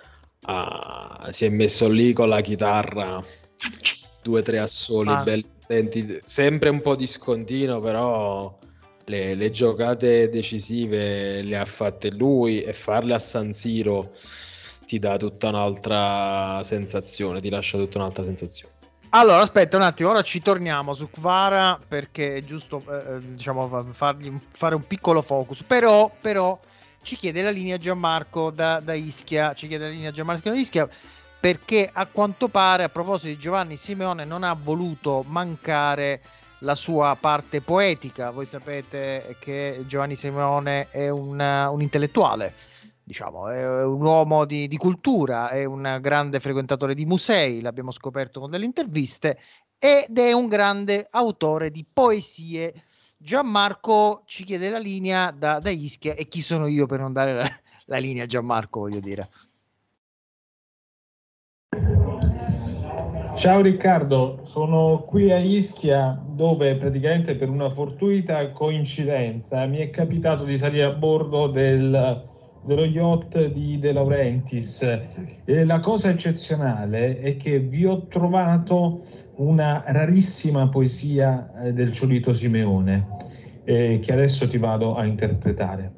S2: ha, si è messo lì con la chitarra, due o tre assoli ah. belli. Senti, sempre un po' discontinuo, però le, le giocate decisive le ha fatte lui, e farle a San Siro ti dà tutta un'altra sensazione, ti lascia tutta un'altra sensazione.
S5: Allora, aspetta un attimo, ora ci torniamo su Kvara perché è giusto eh, diciamo fargli, fare un piccolo focus, però, però ci chiede la linea Gianmarco da, da Ischia, ci chiede la linea Gianmarco da Ischia perché a quanto pare, a proposito di Giovanni Simeone, non ha voluto mancare la sua parte poetica. Voi sapete che Giovanni Simeone è un, un intellettuale, diciamo, è un uomo di, di cultura, è un grande frequentatore di musei, l'abbiamo scoperto con delle interviste, ed è un grande autore di poesie. Gianmarco ci chiede la linea da, da Ischia, e chi sono io per non dare la, la linea a Gianmarco, voglio dire.
S8: Ciao Riccardo, sono qui a Ischia dove praticamente per una fortuita coincidenza mi è capitato di salire a bordo del, dello yacht di De Laurentiis. E la cosa eccezionale è che vi ho trovato una rarissima poesia eh, del Ciolito Simeone eh, che adesso ti vado a interpretare.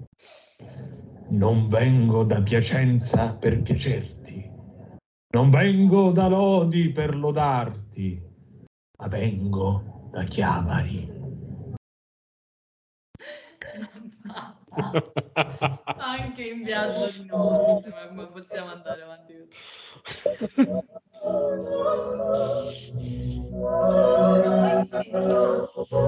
S8: Non vengo da Piacenza per piacerti. Non vengo da Lodi per lodarti, ma vengo da Chiavari.
S6: Anche in viaggio di notte, ma possiamo andare avanti. Ma poi si sentiva...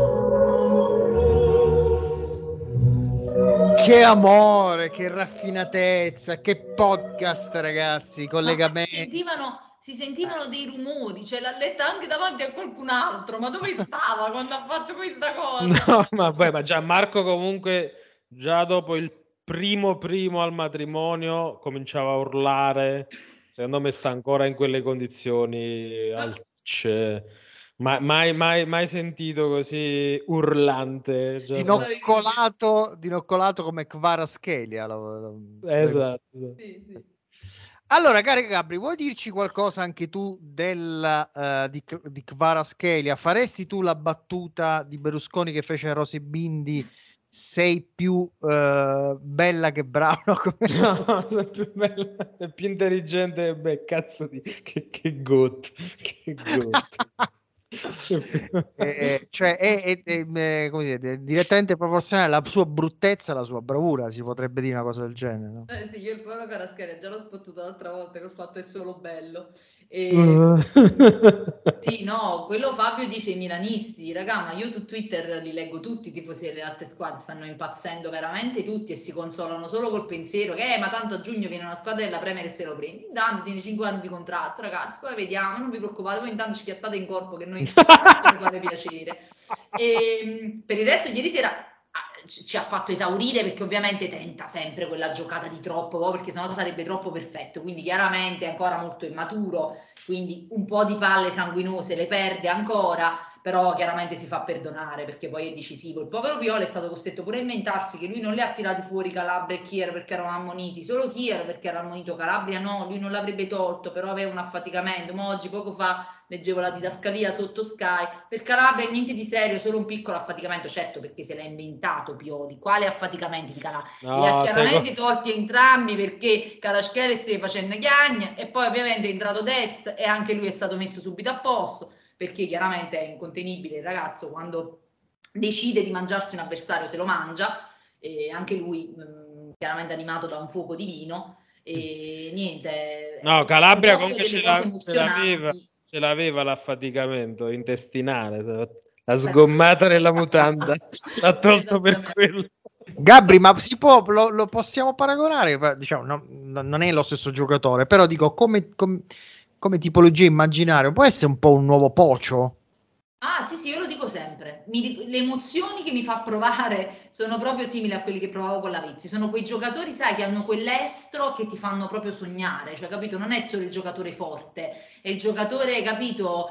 S5: Che amore, che raffinatezza, che podcast, ragazzi, collegamenti.
S6: Si sentivano, si sentivano dei rumori, cioè l'ha letta anche davanti a qualcun altro, ma dove stava quando ha fatto questa cosa?
S2: No, ma, beh, ma Gianmarco comunque già dopo il primo primo al matrimonio cominciava a urlare, secondo me sta ancora in quelle condizioni al c... Ma, mai, mai, mai sentito così urlante,
S5: dinoccolato, dinoccolato come Kvaratskhelia.
S2: Esatto.
S6: Sì, sì.
S5: Allora, cari Gabri, vuoi dirci qualcosa anche tu del, uh, di, di Kvaratskhelia? Faresti tu la battuta di Berlusconi che fece a Rosy Bindi? Sei più uh, bella che brava? Come...
S2: No, sei più bella, è più intelligente. Beh, cazzo di che, che got, che got.
S5: eh, cioè è, è, è, è, come dire, è direttamente proporzionale alla sua bruttezza, alla sua bravura, si potrebbe dire una cosa del genere, no?
S6: Eh sì, io il povero Kvaratskhelia già l'ho sbattuto l'altra volta che ho fatto è solo bello. E...
S2: Uh.
S6: Sì, no, quello Fabio dice i milanisti, raga, ma io su Twitter li leggo tutti, i tifosi delle altre squadre stanno impazzendo veramente tutti e si consolano solo col pensiero che eh, ma tanto a giugno viene una squadra della Premier e se lo prendi. Intanto tieni cinque anni di contratto, ragazzi, poi vediamo, non vi preoccupate, voi intanto schiattate in corpo che noi ci fare piacere. E, per il resto ieri sera ci ha fatto esaurire perché ovviamente tenta sempre quella giocata di troppo, perché sennò sarebbe troppo perfetto, quindi chiaramente è ancora molto immaturo, quindi un po' di palle sanguinose le perde ancora, però chiaramente si fa perdonare perché poi è decisivo. Il povero Pioli è stato costretto pure a inventarsi che lui non li ha tirati fuori Calabria e Kier perché erano ammoniti, solo Kier perché era ammonito, Calabria no, lui non l'avrebbe tolto, però aveva un affaticamento. Ma oggi poco fa leggevo la didascalia sotto Sky, per Calabria niente di serio, solo un piccolo affaticamento, certo perché se l'ha inventato Pioli, quale affaticamenti di Calabria?
S2: No,
S6: li ha chiaramente
S2: sai...
S6: tolti entrambi perché Kvaratskhelia si facendo chiagne e poi ovviamente è entrato Dest e anche lui è stato messo subito a posto perché chiaramente è incontenibile il ragazzo, quando decide di mangiarsi un avversario se lo mangia, e anche lui mh, chiaramente animato da un fuoco divino e niente.
S2: No, Calabria comunque
S6: delle
S2: ce,
S6: cose
S2: la, ce l'aveva,
S6: emozionanti.
S2: ce l'aveva l'affaticamento intestinale, la sgommata nella mutanda, l'ha tolto per quello.
S5: Gabri, ma si può, lo, lo possiamo paragonare? Diciamo, no, no, non è lo stesso giocatore, però dico come, come, come tipologia immaginaria, può essere un po' un nuovo Pocio?
S6: Ah sì sì, io lo dico sempre, mi, le emozioni che mi fa provare sono proprio simili a quelli che provavo con la Vizzi, sono quei giocatori, sai, che hanno quell'estro che ti fanno proprio sognare, cioè capito, non è solo il giocatore forte, è il giocatore, capito,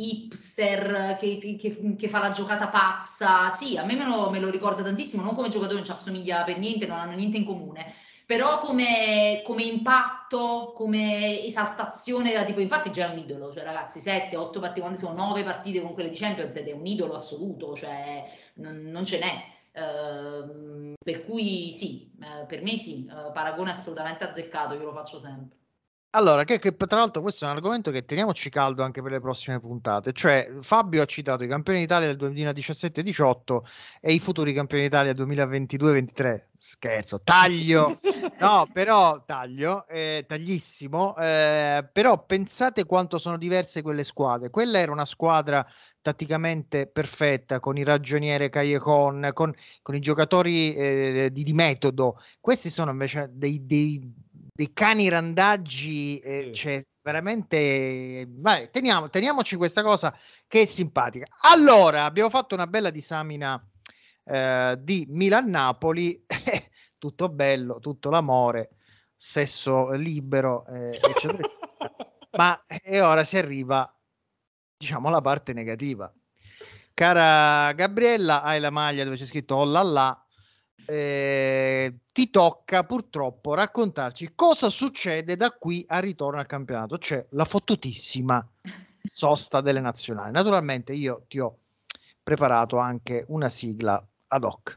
S6: hipster che, che, che fa la giocata pazza. Sì, a me me lo, me lo ricorda tantissimo, non come giocatore, non ci assomiglia per niente, non hanno niente in comune, però come, come impatto, come esaltazione da tipo, infatti già è un idolo, cioè ragazzi, sette otto partite, quando sono nove partite con quelle di Champions ed è un idolo assoluto, cioè non, non ce n'è. Uh, per cui sì, uh, per me sì, uh, paragone assolutamente azzeccato, io lo faccio sempre.
S5: Allora, che, che tra l'altro questo è un argomento che teniamoci caldo anche per le prossime puntate, cioè Fabio ha citato i campioni d'Italia del duemiladiciassette diciotto e i futuri campioni d'Italia duemilaventidue ventitré, scherzo, taglio, no però taglio, eh, taglissimo, eh, però pensate quanto sono diverse quelle squadre, quella era una squadra tatticamente perfetta, con il ragioniere Callejon, con, con i giocatori eh, di, di metodo, questi sono invece dei... dei dei cani randaggi, eh, sì. Cioè veramente vai, teniamo, teniamoci questa cosa che è simpatica. Allora abbiamo fatto una bella disamina eh, di Milan-Napoli, tutto bello, tutto l'amore, sesso libero, eh, eccetera, ma e ora si arriva, diciamo, alla parte negativa. Cara Gabriella, hai la maglia dove c'è scritto oh là là. Eh, ti tocca purtroppo raccontarci cosa succede da qui al ritorno al campionato, cioè la fottutissima sosta delle nazionali. Naturalmente io ti ho preparato anche una sigla ad hoc.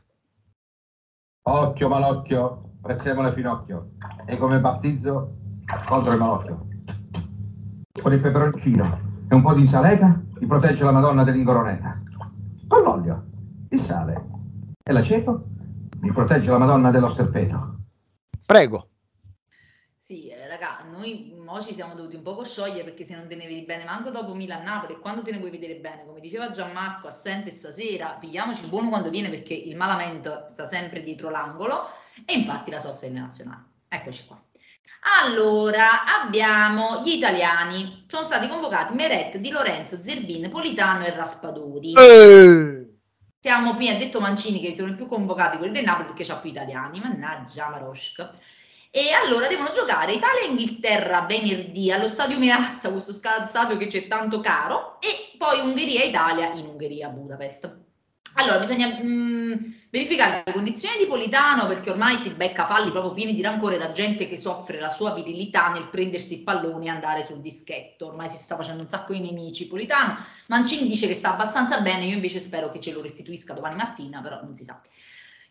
S9: Occhio malocchio, prezzemolo finocchio, e come battizzo contro il malocchio. Con il peperoncino e un po' di insalata ti protegge la Madonna dell'Ingoroneta. Con l'olio, il sale e l'aceto mi protegge la Madonna dello Sterpeto.
S5: Prego.
S6: Sì, eh, raga, noi mo ci siamo dovuti un poco sciogliere perché se non te ne vedi bene manco dopo Milan-Napoli, e quando te ne vuoi vedere bene, come diceva Gianmarco, assente stasera, pigliamoci buono quando viene perché il malamento sta sempre dietro l'angolo, e infatti la sosta delle nazionali. Eccoci qua. Allora, abbiamo gli italiani, sono stati convocati Meret, Di Lorenzo, Zerbin, Politano e Raspadori.
S5: Eh.
S6: Siamo qui, ha detto Mancini che sono i più convocati quelli del Napoli perché c'ha più italiani, mannaggia Marosca. E allora devono giocare Italia e Inghilterra venerdì allo Stadio Meazza, questo stadio che c'è tanto caro, e poi Ungheria e Italia in Ungheria, a Budapest. Allora bisogna mh, verificare le condizioni di Politano perché ormai si becca falli proprio pieni di rancore da gente che soffre la sua virilità nel prendersi il pallone e andare sul dischetto. Ormai si sta facendo un sacco di nemici Politano. Mancini dice che sta abbastanza bene, io invece spero che ce lo restituisca domani mattina, però non si sa.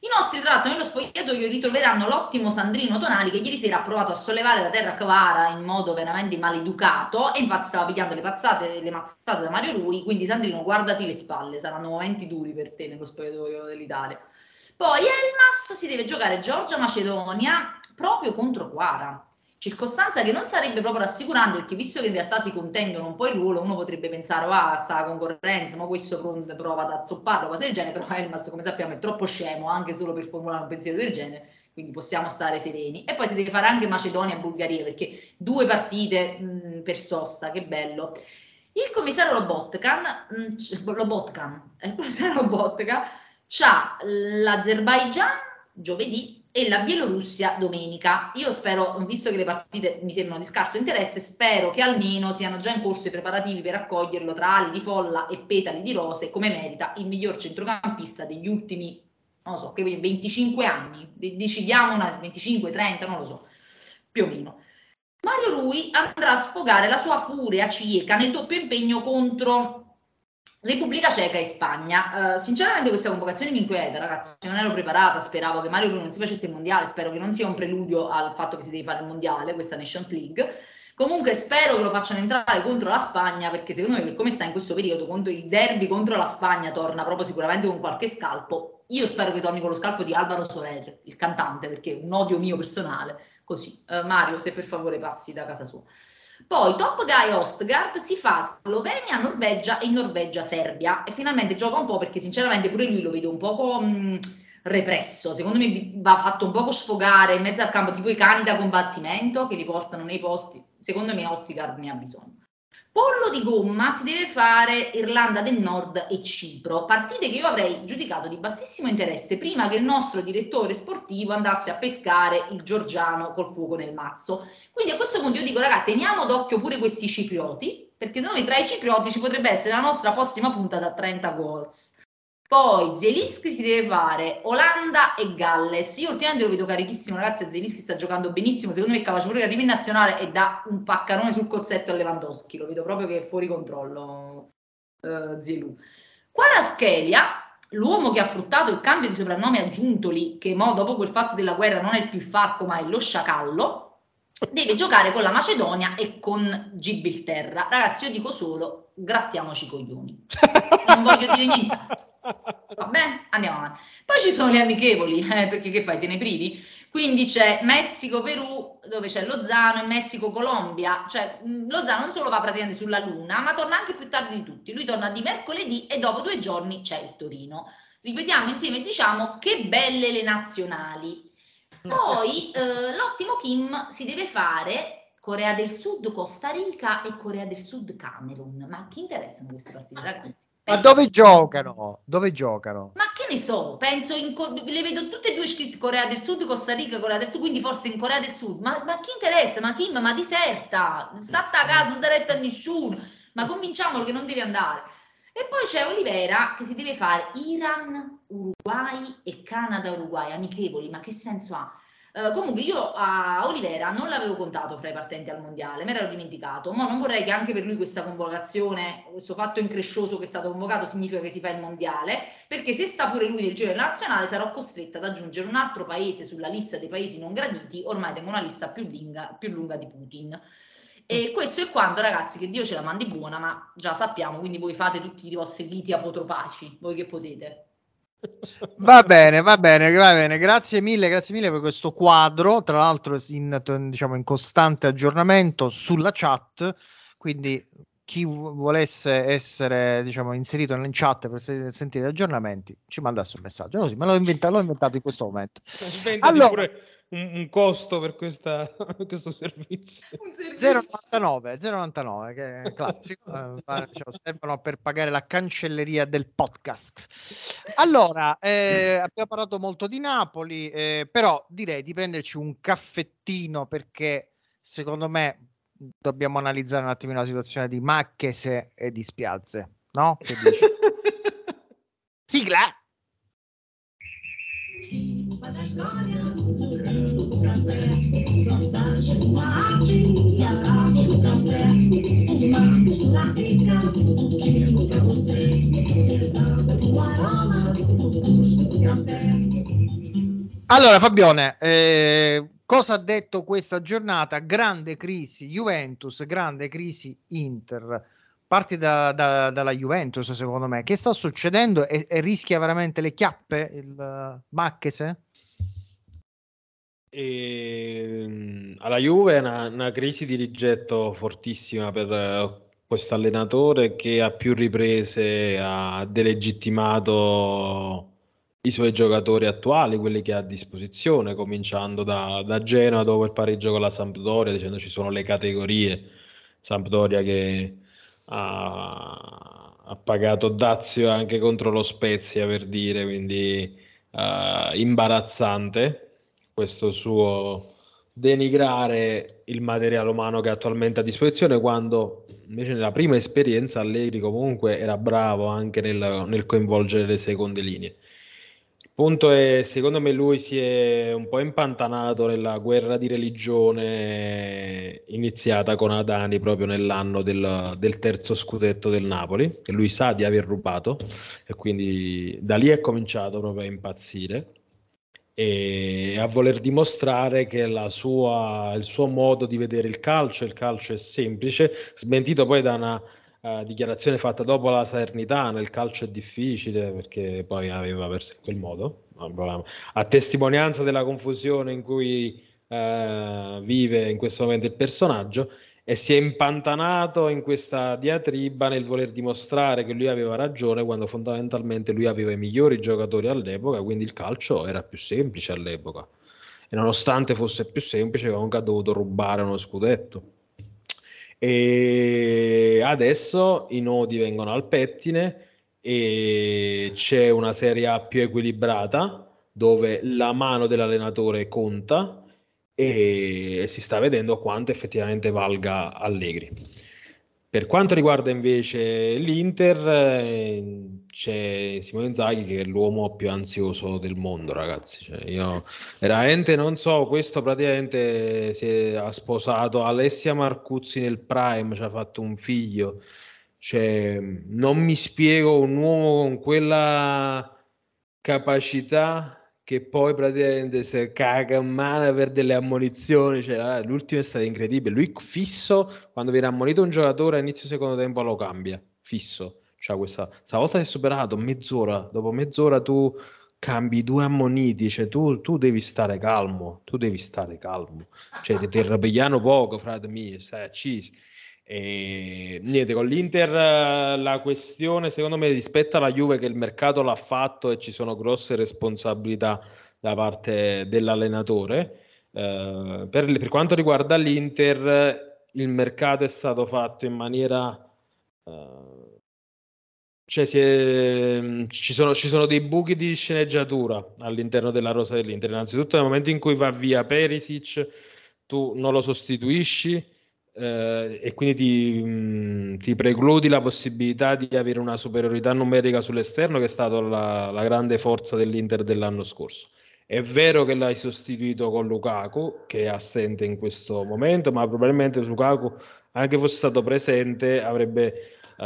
S6: I nostri, tra l'altro, nello spogliatoio ritroveranno l'ottimo Sandrino Tonali, che ieri sera ha provato a sollevare da terra Kvara in modo veramente maleducato, e infatti stava pigliando le pazzate, le mazzate da Mario Rui. Quindi Sandrino, guardati le spalle, saranno momenti duri per te nello spogliatoio dell'Italia. Poi Elmas si deve giocare Georgia Macedonia proprio contro Kvara, circostanza che non sarebbe proprio rassicurante, perché visto che in realtà si contendono un po' il ruolo, uno potrebbe pensare, ah, sta la concorrenza, ma questo prova ad azzopparlo, cose del genere. Però Elmas, come sappiamo, è troppo scemo anche solo per formulare un pensiero del genere, quindi possiamo stare sereni. E poi si deve fare anche Macedonia e Bulgaria, perché due partite mh, per sosta, che bello. Il commissario Lobotkan, mh, Lobotkan, il commissario Lobotkan c'ha l'Azerbaigian giovedì e la Bielorussia domenica. Io spero, visto che le partite mi sembrano di scarso interesse, spero che almeno siano già in corso i preparativi per accoglierlo tra ali di folla e petali di rose, come merita il miglior centrocampista degli ultimi, non lo so, venticinque anni, decidiamo una venticinque trenta, non lo so, più o meno. Mario Rui andrà a sfogare la sua furia cieca nel doppio impegno contro Repubblica Ceca e Spagna. Uh, sinceramente questa convocazione mi inquieta, ragazzi, non ero preparata, speravo che Mario Rui non si facesse il mondiale, spero che non sia un preludio al fatto che si deve fare il mondiale, questa Nations League. Comunque spero che lo facciano entrare contro la Spagna, perché secondo me, per come sta in questo periodo, contro il derby contro la Spagna torna proprio sicuramente con qualche scalpo. Io spero che torni con lo scalpo di Alvaro Soler, il cantante, perché è un odio mio personale. Così, uh, Mario, se per favore passi da casa sua. Poi Top Guy Ostgaard si fa Slovenia, Norvegia e Norvegia-Serbia, e finalmente gioca un po', perché sinceramente pure lui lo vedo un poco mh, represso. Secondo me va fatto un poco sfogare in mezzo al campo, tipo i cani da combattimento che li portano nei posti. Secondo me Ostgaard ne ha bisogno. Pollo di gomma si deve fare Irlanda del Nord e Cipro, partite che io avrei giudicato di bassissimo interesse prima che il nostro direttore sportivo andasse a pescare il georgiano col fuoco nel mazzo. Quindi a questo punto io dico, ragazzi, teniamo d'occhio pure questi ciprioti, perché secondo me tra i ciprioti ci potrebbe essere la nostra prossima punta da trenta goals. Poi Zielinski si deve fare Olanda e Galles. Io ultimamente lo vedo carichissimo, ragazzi. Zielinski sta giocando benissimo, secondo me è capace pure che arrivi in nazionale e dà un paccarone sul cozzetto a Lewandowski. Lo vedo proprio che è fuori controllo, uh, Zielu. Kvaratskhelia, l'uomo che ha fruttato il cambio di soprannome a Giuntoli, che mo dopo quel fatto della guerra non è il Piffarco ma è lo Sciacallo, deve giocare con la Macedonia e con Gibilterra. Ragazzi, io dico solo, grattiamoci i coglioni, non voglio dire niente. Va bene, andiamo avanti. Poi ci sono le amichevoli, eh, perché che fai, te ne privi? Quindi c'è Messico-Perù, dove c'è Lozano, e Messico-Colombia. Cioè Lozano non solo va praticamente sulla Luna, ma torna anche più tardi di tutti. Lui torna di mercoledì e dopo due giorni c'è il Torino. Ripetiamo insieme, diciamo, che belle le nazionali. Poi eh, l'ottimo Kim si deve fare Corea del Sud, Costa Rica e Corea del Sud, Camerun. Ma a chi interessano queste partite, ragazzi?
S5: Ma dove giocano? Dove giocano?
S6: Ma che ne so, penso, in, le vedo tutte e due scritte Corea del Sud, Costa Rica, Corea del Sud, quindi forse in Corea del Sud. Ma, ma chi interessa? Ma Kim, ma diserta, sta a casa, non dà retta a nessuno, ma convinciamolo che non deve andare. E poi c'è Olivera che si deve fare Iran, Uruguay e Canada-Uruguay, amichevoli, ma che senso ha? Uh, comunque io a Olivera non l'avevo contato fra i partenti al mondiale, me l'ero dimenticato, ma non vorrei che anche per lui questa convocazione, questo fatto increscioso che è stato convocato significa che si fa il mondiale, perché se sta pure lui nel giro della nazionale sarò costretta ad aggiungere un altro paese sulla lista dei paesi non graditi. Ormai tengo una lista più lunga, più lunga di Putin. E questo è quanto, ragazzi, che Dio ce la mandi buona, ma già sappiamo, quindi voi fate tutti i vostri liti apotropaci, voi che potete.
S5: Va bene, va bene, va bene. Grazie mille, grazie mille per questo quadro. Tra l'altro, in, diciamo, in costante aggiornamento sulla chat. Quindi, chi volesse essere, diciamo, inserito in chat per sentire aggiornamenti, ci mandasse un messaggio. No, sì, me l'ho inventato, l'ho inventato in questo momento.
S2: Allora, pure un, un costo per questa, questo servizio.
S5: zero virgola novantanove, che è classico, eh, diciamo, servono per pagare la cancelleria del podcast. Allora, eh, abbiamo parlato molto di Napoli, eh, però direi di prenderci un caffettino, perché secondo me dobbiamo analizzare un attimino la situazione di Macchese e di Spiazze, no? Che dici? Sigla! Allora Fabione, eh, cosa ha detto questa giornata? Grande crisi Juventus, grande crisi Inter. Parti da, da, dalla Juventus, secondo me. Che sta succedendo e, e rischia veramente le chiappe il uh, Macchese?
S2: E, alla Juve è una, una crisi di rigetto fortissima per uh, questo allenatore che a più riprese ha delegittimato i suoi giocatori attuali, quelli che ha a disposizione, cominciando da, da Genoa dopo il pareggio con la Sampdoria, dicendo ci sono le categorie. Sampdoria che ha, ha pagato dazio anche contro lo Spezia, per dire, quindi uh, imbarazzante questo suo denigrare il materiale umano che ha attualmente a disposizione, quando invece nella prima esperienza Allegri comunque era bravo anche nel, nel coinvolgere le seconde linee. Il punto è, secondo me lui si è un po' impantanato nella guerra di religione iniziata con Adani proprio nell'anno del, del terzo scudetto del Napoli, che lui sa di aver rubato, e quindi da lì è cominciato proprio a impazzire e a voler dimostrare che la sua, il suo modo di vedere il calcio, il calcio è semplice, smentito poi da una uh, dichiarazione fatta dopo la Salernitana, il calcio è difficile, perché poi aveva perso in quel modo, a testimonianza della confusione in cui uh, vive in questo momento il personaggio, e si è impantanato in questa diatriba nel voler dimostrare che lui aveva ragione, quando fondamentalmente lui aveva i migliori giocatori all'epoca, quindi il calcio era più semplice all'epoca, e nonostante fosse più semplice comunque ha dovuto rubare uno scudetto. E adesso i nodi vengono al pettine e c'è una Serie A più equilibrata, dove la mano dell'allenatore conta, e si sta vedendo quanto effettivamente valga Allegri. Per quanto riguarda invece l'Inter, eh, c'è Simone Inzaghi che è l'uomo più ansioso del mondo, ragazzi. Cioè, io veramente non so, questo praticamente si è, ha sposato Alessia Marcuzzi nel prime, ci ha fatto un figlio. Cioè, non mi spiego un uomo con quella capacità che poi praticamente si caga in mano per delle ammonizioni, cioè l'ultimo è stato incredibile. Lui fisso, quando viene ammonito un giocatore a inizio secondo tempo lo cambia, fisso. Cioè questa stavolta è superato mezz'ora, dopo mezz'ora tu cambi due ammoniti, cioè tu, tu devi stare calmo, tu devi stare calmo, cioè ti, ti rapigliano poco, frate mio, stai accisi. E niente, con l'Inter la questione secondo me rispetto alla Juve, che il mercato l'ha fatto e ci sono grosse responsabilità da parte dell'allenatore, eh, per, per quanto riguarda l'Inter il mercato è stato fatto in maniera eh, cioè si è, ci sono, ci sono dei buchi di sceneggiatura all'interno della rosa dell'Inter. Innanzitutto nel momento in cui va via Perisic tu non lo sostituisci, eh, e quindi ti, mh, ti precludi la possibilità di avere una superiorità numerica sull'esterno, che è stata la, la grande forza dell'Inter dell'anno scorso. È vero che l'hai sostituito con Lukaku, che è assente in questo momento, ma probabilmente Lukaku, anche fosse stato presente, avrebbe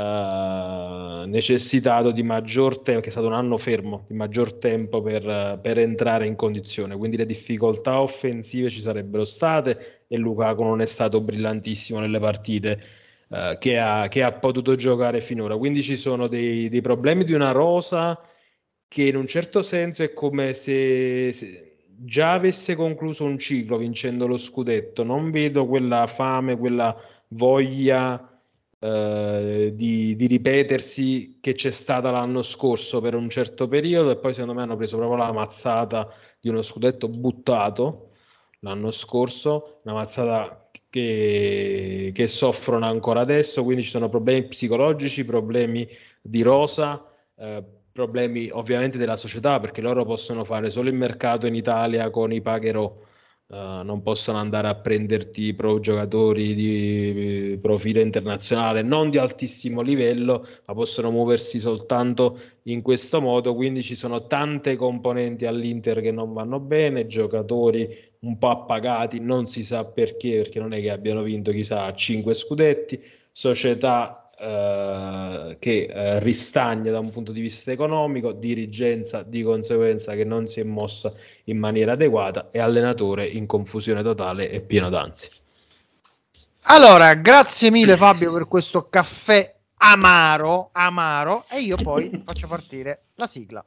S2: Uh, necessitato di maggior tempo, che è stato un anno fermo, di maggior tempo per, uh, per entrare in condizione, quindi le difficoltà offensive ci sarebbero state, e Lukaku non è stato brillantissimo nelle partite uh, che, ha, che ha potuto giocare finora, quindi ci sono dei, dei problemi di una rosa che in un certo senso è come se, se già avesse concluso un ciclo vincendo lo scudetto. Non vedo quella fame, quella voglia Uh, di, di ripetersi che c'è stata l'anno scorso per un certo periodo, e poi secondo me hanno preso proprio la mazzata di uno scudetto buttato l'anno scorso, una mazzata che, che soffrono ancora adesso, quindi ci sono problemi psicologici, problemi di rosa, uh, problemi ovviamente della società, perché loro possono fare solo il mercato in Italia con i pagherò. Uh, non possono andare a prenderti pro giocatori di, di profilo internazionale, non di altissimo livello, ma possono muoversi soltanto in questo modo. Quindi ci sono tante componenti all'Inter che non vanno bene, giocatori un po' appagati, non si sa perché, perché non è che abbiano vinto chissà cinque scudetti, società eh, che eh, ristagna da un punto di vista economico, dirigenza di conseguenza che non si è mossa in maniera adeguata e allenatore in confusione totale e pieno d'ansia.
S5: Allora, grazie mille Fabio per questo caffè amaro, amaro, e io poi faccio partire la sigla.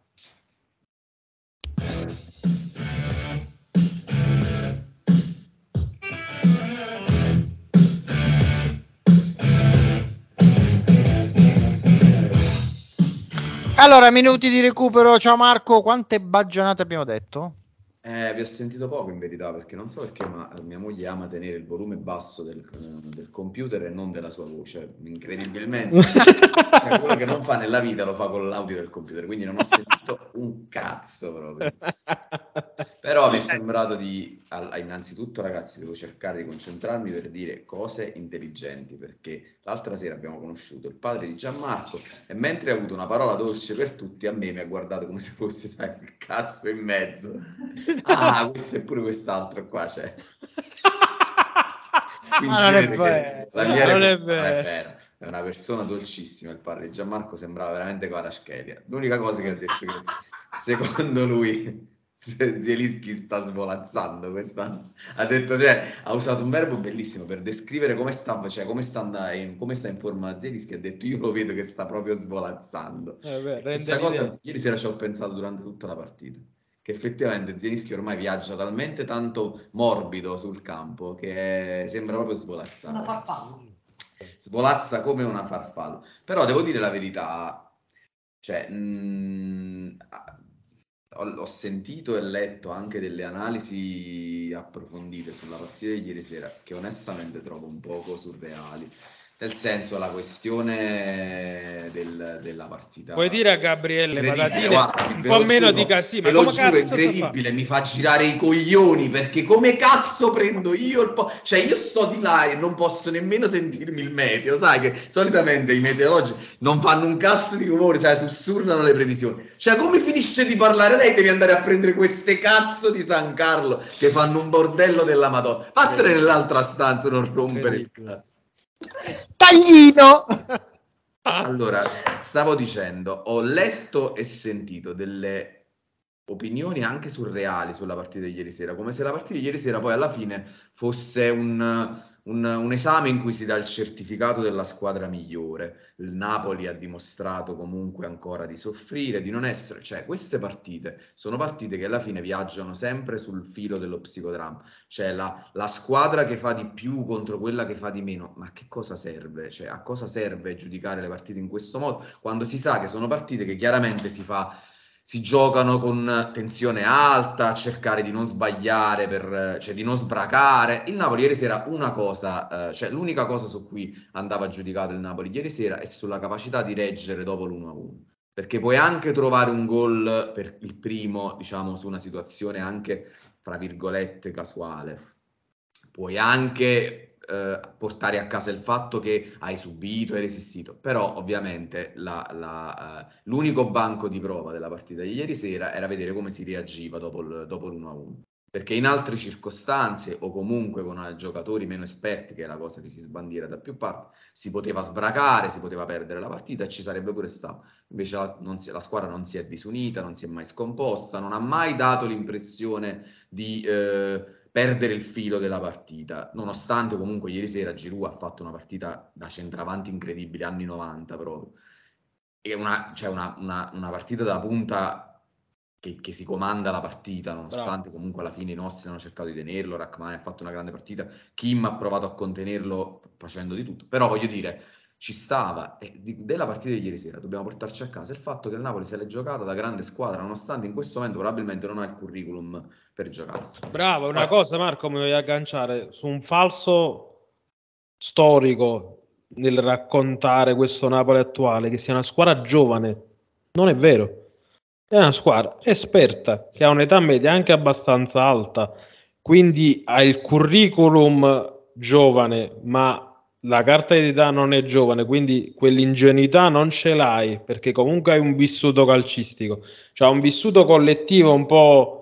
S5: Allora, minuti di recupero. Ciao Marco, quante baggianate abbiamo detto?
S1: Eh, vi ho sentito poco in verità, perché non so perché, ma mia moglie ama tenere il volume basso del, del computer e non della sua voce, incredibilmente. Cioè, quello che non fa nella vita lo fa con l'audio del computer, quindi non ho sentito un cazzo proprio. Però mi è sembrato di, all- innanzitutto ragazzi, devo cercare di concentrarmi per dire cose intelligenti, perché l'altra sera abbiamo conosciuto il padre di Gianmarco e mentre ha avuto una parola dolce per tutti, a me mi ha guardato come se fosse, sai, il cazzo in mezzo. Ah, questo è pure quest'altro qua c'è. Quindi
S5: Ma non è
S1: vedete
S5: vero,
S1: che la mia
S2: non è
S1: repu- non è
S2: vero.
S1: vero, è una persona dolcissima il padre di Gianmarco, sembrava veramente Kvaratskhelia. L'unica cosa che ha detto che secondo lui Zielinski sta svolazzando quest'anno. Ha detto, cioè, ha usato un verbo bellissimo per descrivere come sta, cioè, come sta, and- in, come sta in forma Zielinski. Ha detto, io lo vedo che sta proprio svolazzando.
S2: Eh, beh,
S1: E questa
S2: rende
S1: cosa
S2: l'idea.
S1: ieri sera ci ho pensato durante tutta la partita, che effettivamente Zielinski ormai viaggia talmente tanto morbido sul campo che sembra proprio
S6: Una
S1: svolazzare.
S6: farfalla.
S1: Svolazza come una farfalla. Però devo dire la verità, cioè, mh, a- ho, ho sentito e letto anche delle analisi approfondite sulla partita di ieri sera che onestamente trovo un poco surreali. Nel senso, la questione del- della partita
S2: Puoi dire a Gabriele
S1: incredibile,
S2: Patatine
S1: guarda,
S2: un
S1: ve
S2: po'
S1: lo
S2: meno
S1: giuro,
S2: di casino,
S1: ve
S2: ma
S1: lo
S2: come
S1: giuro, è
S2: cazzo si fa?
S1: incredibile, mi fa girare i coglioni, perché come cazzo prendo io il po', cioè io sto di là e non posso nemmeno sentirmi il meteo, sai che solitamente i meteorologi non fanno un cazzo di rumore, cioè sussurrano le previsioni, cioè come finisce di parlare lei devi andare a prendere queste cazzo di San Carlo che fanno un bordello della Madonna, vattene nell'altra stanza, non rompere il cazzo.
S5: Taglino!
S1: Allora, stavo dicendo, ho letto e sentito delle opinioni anche surreali sulla partita di ieri sera, come se la partita di ieri sera poi alla fine fosse un, un, un esame in cui si dà il certificato della squadra migliore. Il Napoli ha dimostrato comunque ancora di soffrire, di non essere... Cioè, queste partite sono partite che alla fine viaggiano sempre sul filo dello psicodramma. Cioè, la, la squadra che fa di più contro quella che fa di meno. Ma che cosa serve? Cioè, a cosa serve giudicare le partite in questo modo? Quando si sa che sono partite che chiaramente si fa... si giocano con tensione alta, a cercare di non sbagliare, per, cioè di non sbracare. Il Napoli ieri sera una cosa, eh, cioè l'unica cosa su cui andava giudicato il Napoli ieri sera è sulla capacità di reggere dopo l'uno a uno. Perché puoi anche trovare un gol per il primo, diciamo, su una situazione anche, fra virgolette, casuale. Puoi anche eh, portare a casa il fatto che hai subito, hai resistito, però ovviamente la, la, uh, l'unico banco di prova della partita di ieri sera era vedere come si reagiva dopo, il, dopo l'uno a uno, perché in altre circostanze o comunque con uh, giocatori meno esperti, che è la cosa che si sbandiera da più parti, si poteva sbracare, si poteva perdere la partita e ci sarebbe pure stato. Invece la, non si, la squadra non si è disunita, non si è mai scomposta, non ha mai dato l'impressione di... Eh, perdere il filo della partita, nonostante comunque ieri sera Giroud ha fatto una partita da centravanti incredibile, anni novanta proprio, e una, cioè una, una, una partita da punta che, che si comanda la partita, nonostante Bravo. Comunque alla fine i nostri hanno cercato di tenerlo, Rachmani ha fatto una grande partita, Kim ha provato a contenerlo facendo di tutto, però voglio dire, ci stava, e di, della partita di ieri sera dobbiamo portarci a casa il fatto che il Napoli se l'è giocata da grande squadra, nonostante in questo momento probabilmente non ha il curriculum per giocarsi.
S2: Bravo, una cosa Marco mi voglio agganciare su un falso storico nel raccontare questo Napoli attuale, che sia una squadra giovane. Non è vero, è una squadra esperta che ha un'età media anche abbastanza alta, quindi ha il curriculum giovane, ma la carta d'identità non è giovane, quindi quell'ingenuità non ce l'hai, perché comunque hai un vissuto calcistico, cioè un vissuto collettivo un po'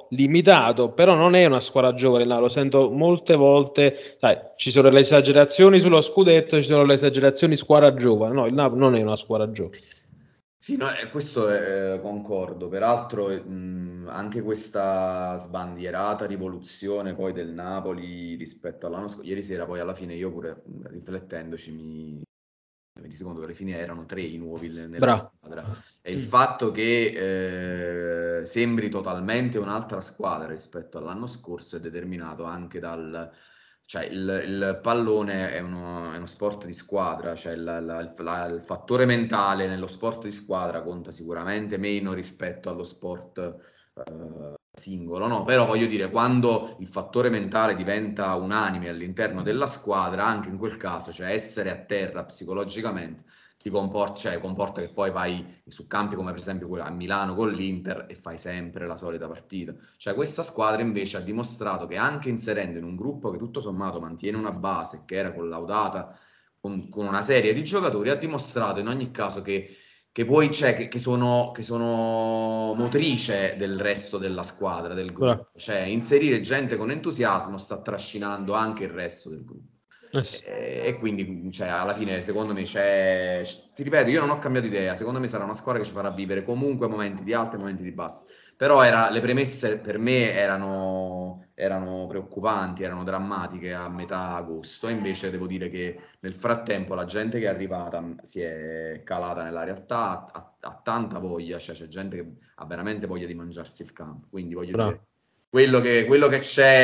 S2: limitato, però non è una squadra giovane, là, lo sento molte volte, sai, ci sono le esagerazioni sullo scudetto, ci sono le esagerazioni squadra giovane, no, il Napoli non è una squadra giovane.
S1: Sì, no, eh, questo è, eh, concordo. Peraltro, eh, mh, anche questa sbandierata rivoluzione poi del Napoli rispetto all'anno scorso, ieri sera poi alla fine io pure mh, riflettendoci mi mi resi conto che alla fine erano tre i nuovi nella
S2: Bravo.
S1: squadra e il fatto che eh, sembri totalmente un'altra squadra rispetto all'anno scorso è determinato anche dal cioè il, il pallone è uno, è uno sport di squadra, cioè la- la- il, la- il fattore mentale nello sport di squadra conta sicuramente meno rispetto allo sport eh, singolo, no? Però voglio dire, quando il fattore mentale diventa unanime all'interno della squadra, anche in quel caso, cioè essere a terra psicologicamente, ti comporta, cioè, comporta che poi vai su campi come per esempio quello a Milano con l'Inter e fai sempre la solita partita. Cioè questa squadra invece ha dimostrato che anche inserendo in un gruppo che tutto sommato mantiene una base, che era collaudata con, con una serie di giocatori, ha dimostrato in ogni caso che, che poi cioè, che, che sono, che sono motrice del resto della squadra, del gruppo.
S2: Bravo.
S1: Cioè inserire gente con entusiasmo sta trascinando anche il resto del gruppo.
S2: Eh sì.
S1: E, e quindi cioè, alla fine secondo me c'è, ti ripeto, io non ho cambiato idea, secondo me sarà una squadra che ci farà vivere comunque momenti di alti e momenti di bassi, però era, le premesse per me erano, erano preoccupanti, erano drammatiche a metà agosto, e invece devo dire che nel frattempo la gente che è arrivata mh, si è calata nella realtà, ha, ha tanta voglia, cioè c'è gente che ha veramente voglia di mangiarsi il campo, quindi voglio
S2: Bravo.
S1: dire quello che, quello che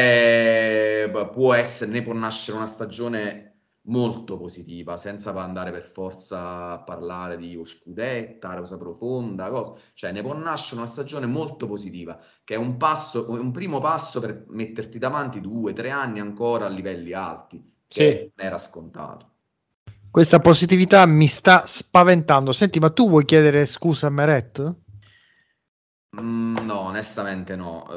S1: c'è beh, può essere, ne può nascere una stagione molto positiva, senza andare per forza a parlare di scudetta, rosa profonda, cosa. Cioè ne può nascere una stagione molto positiva, che è un passo, un primo passo per metterti davanti due, tre anni ancora a livelli alti, che
S2: Sì.
S1: non era scontato.
S5: Questa positività mi sta spaventando. Senti, ma tu vuoi chiedere scusa a Meret?
S1: Mm, no, onestamente no.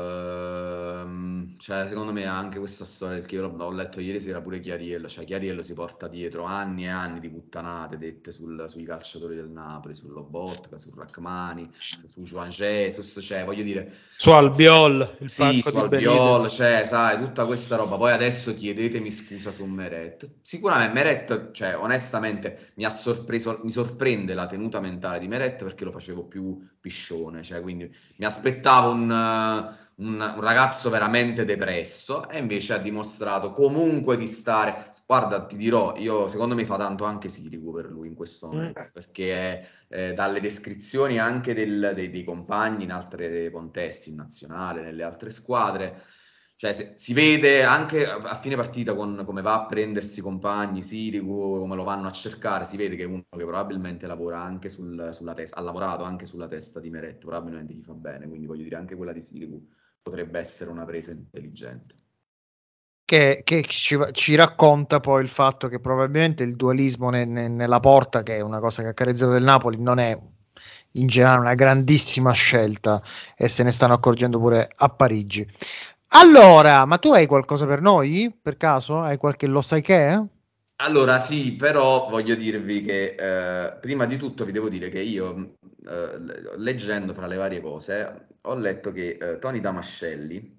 S1: Ehm, cioè, secondo me anche questa storia, che io l'ho ho letto ieri sera pure Chiariello, cioè Chiariello si porta dietro anni e anni di puttanate dette sul- sui calciatori del Napoli, sul Lobotka, su Rachmani, su Juan Jesus, cioè voglio dire,
S2: Su Albiol, il
S1: sì,
S2: pacco
S1: su
S2: di Benitez.
S1: Albiol, cioè, sai, tutta questa roba. Poi adesso chiedetemi scusa su Meret. Sicuramente Meret, cioè, onestamente, mi ha sorpreso, mi sorprende la tenuta mentale di Meret perché lo facevo più piscione, cioè, quindi mi aspettavo un, uh, un- un ragazzo veramente depresso e invece ha dimostrato comunque di stare. Guarda, ti dirò, io secondo me fa tanto anche Sirigu per lui in questo momento,
S2: Mm.
S1: perché eh, dalle descrizioni anche del- dei, dei compagni in altri contesti, in nazionale, nelle altre squadre, cioè se- si vede anche a, a fine partita con come va a prendersi i compagni, Sirigu, come lo vanno a cercare, si vede che è uno che probabilmente lavora anche sul- sulla testa, ha lavorato anche sulla testa di Meret, probabilmente gli fa bene, quindi voglio dire anche quella di Sirigu potrebbe essere una presa intelligente.
S5: Che, che ci, ci racconta poi il fatto che probabilmente il dualismo ne- ne- nella porta, che è una cosa che ha caratterizzato del Napoli, non è in generale una grandissima scelta e se ne stanno accorgendo pure a Parigi. Allora, ma tu hai qualcosa per noi? Per caso? Hai qualche lo sai che?
S1: Allora sì, però voglio dirvi che eh, prima di tutto vi devo dire che io, eh, le- leggendo fra le varie cose, ho letto che eh, Tony Damascelli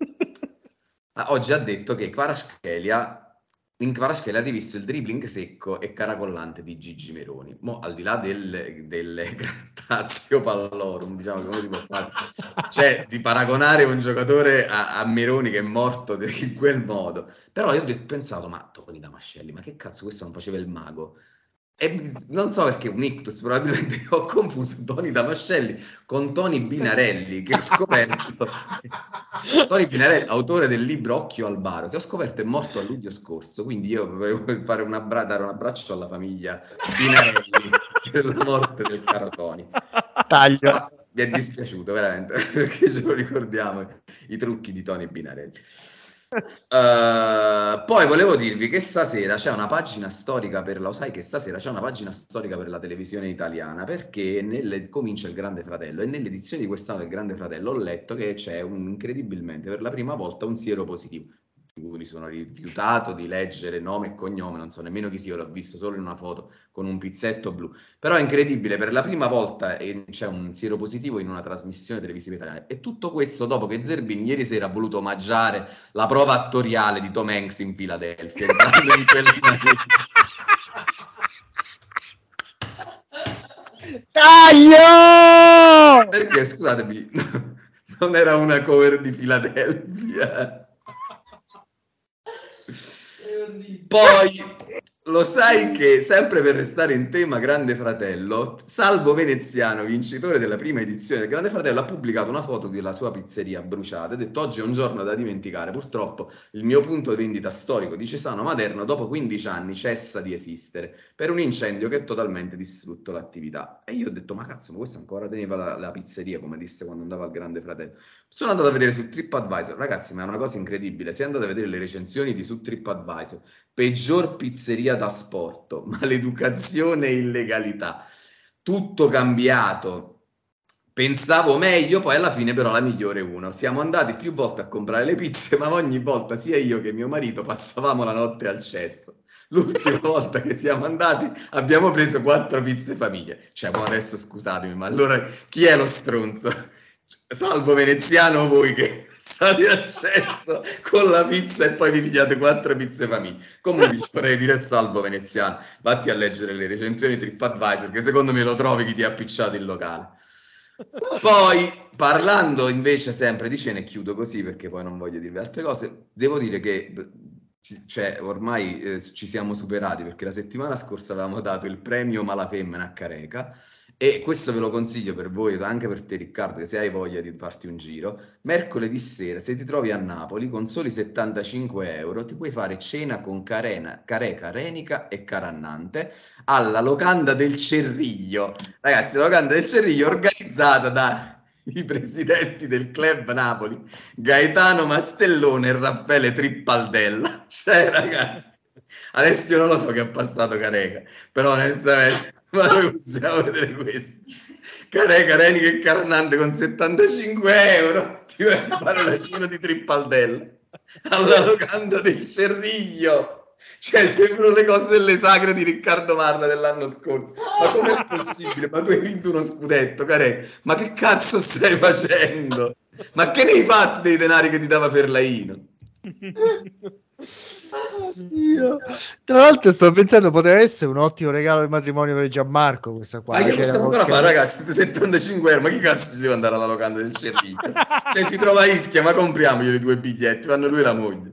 S1: ah, oggi ha detto che Kvaratskhelia, in Kvaratskhelia ha rivisto il dribbling secco e caracollante di Gigi Meroni. Mo, al di là del, del grattazio pallorum, diciamo che come si può fare, cioè di paragonare un giocatore a, a Meroni che è morto de- in quel modo. Però io ho detto- pensato, ma Tony Damascelli, ma che cazzo, questo non faceva il mago? E non so perché un ictus, probabilmente ho confuso Tony Damascelli con Tony Binarelli, che ho scoperto. Tony Binarelli, autore del libro Occhio al Baro, che ho scoperto è morto a luglio scorso, quindi io volevo fare un abbra- dare un abbraccio alla famiglia Binarelli per la morte del caro Tony.
S5: Taglio.
S1: Ma mi è dispiaciuto veramente, perché ce lo ricordiamo, i trucchi di Tony Binarelli. Uh, poi volevo dirvi che stasera c'è una pagina storica per lo sai che stasera c'è una pagina storica per la televisione italiana perché nelle, comincia il Grande Fratello e nell'edizione di quest'anno del Grande Fratello ho letto che c'è un, incredibilmente per la prima volta un siero positivo, figuri sono rifiutato di leggere nome e cognome, non so nemmeno chi sia, l'ho visto solo in una foto con un pizzetto blu. Però è incredibile, per la prima volta eh, c'è un siero positivo in una trasmissione televisiva italiana. E tutto questo dopo che Zerbin ieri sera ha voluto omaggiare la prova attoriale di Tom Hanks in Filadelfia, entrando in quel
S5: Taglio!
S1: Perché, scusatemi, non era una cover di Filadelfia. Poi, lo sai che, sempre per restare in tema Grande Fratello, Salvo Veneziano, vincitore della prima edizione del Grande Fratello, ha pubblicato una foto della sua pizzeria bruciata e ha detto: oggi è un giorno da dimenticare, purtroppo il mio punto di vendita storico di Cesano Maderno dopo quindici anni cessa di esistere per un incendio che ha totalmente distrutto l'attività. E io ho detto: ma cazzo, ma questo ancora teneva la, la pizzeria, come disse quando andava al Grande Fratello. Sono andato a vedere su TripAdvisor, ragazzi, ma è una cosa incredibile, se andate a vedere le recensioni di su TripAdvisor, peggior pizzeria da sporto, maleducazione e illegalità, tutto cambiato, pensavo meglio, poi alla fine però la migliore uno. Siamo andati più volte a comprare le pizze, ma ogni volta sia io che mio marito passavamo la notte al cesso. L'ultima volta che siamo andati abbiamo preso quattro pizze famiglie. Cioè, poi adesso scusatemi, ma allora chi è lo stronzo? Salvo Veneziano, voi che state al cesso con la pizza e poi vi pigliate quattro pizze famiglie. Comunque vi vorrei dire: Salvo Veneziano, vatti a leggere le recensioni TripAdvisor, che secondo me lo trovi chi ti ha appicciato il locale. Poi, parlando invece sempre di cene, chiudo così perché poi non voglio dirvi altre cose, devo dire che cioè, ormai eh, ci siamo superati, perché la settimana scorsa avevamo dato il premio Malafemmina a Careca. E questo ve lo consiglio per voi, anche per te Riccardo, che se hai voglia di farti un giro, mercoledì sera, se ti trovi a Napoli, con soli settantacinque euro, ti puoi fare cena con Carena, Careca, Renica e Carannante alla Locanda del Cerriglio. Ragazzi, la Locanda del Cerriglio organizzata dai presidenti del Club Napoli, Gaetano Mastellone e Raffaele Trippaldella. Cioè, ragazzi, adesso io non lo so che ha passato Careca, però onestamente... ma noi possiamo vedere questo. Careca, Renica e Carannante con settantacinque euro ti vai a fare la cena di Trippaldella alla Locanda del Cerriglio. Cioè, sembrano le cose delle sagre di Riccardo Marra dell'anno scorso. Ma com'è possibile? Ma tu hai vinto uno scudetto, Careca, ma che cazzo stai facendo? Ma che ne hai fatto dei denari che ti dava Ferlaino?
S5: Oddio. Tra l'altro sto pensando poteva essere un ottimo regalo di matrimonio per Gianmarco questa qua.
S1: Ma io possiamo ancora
S5: che...
S1: fare, ragazzi, settantacinque euro, ma chi cazzo ci deve andare alla Locanda del Cerriglio? Cioè, si trova a Ischia, ma compriamogli i due biglietti, vanno lui e la moglie.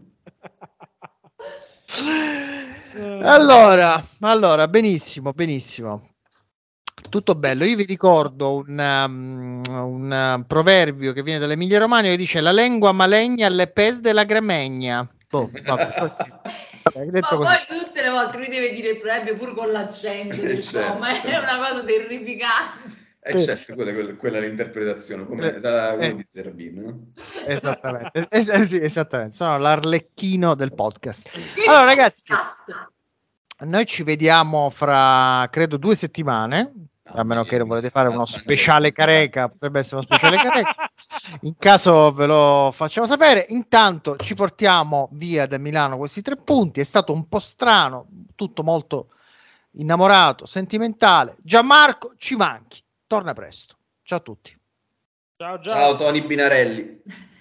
S5: Allora, allora, benissimo, benissimo. Tutto bello. Io vi ricordo un, um, un proverbio che viene dall'Emilia Romagna che dice: la lingua malegna le pes della gremegna. Oh, vabbè, così. Vabbè, detto
S6: ma
S5: così.
S6: poi tutte le volte lui deve dire il proverbio pur con l'accento,
S1: Eh, certo.
S6: ma è una cosa terrificante.
S1: Eh certo, quella, quella, quella è l'interpretazione, come da quello
S5: Eh.
S1: di Zerbin, no?
S5: Esattamente, es- eh, sì, esattamente. Sono l'arlecchino del podcast.
S6: Che
S5: Allora, ragazzi,
S6: podcast!
S5: noi ci vediamo fra credo due settimane. A meno che non volete fare uno speciale Careca, potrebbe essere uno speciale Careca. In caso ve lo facciamo sapere. Intanto ci portiamo via da Milano questi tre punti. È stato un po' strano, tutto molto innamorato, sentimentale. Gianmarco, ci manchi. Torna presto. Ciao a tutti.
S2: Ciao, ciao.
S1: Ciao Tony Binarelli.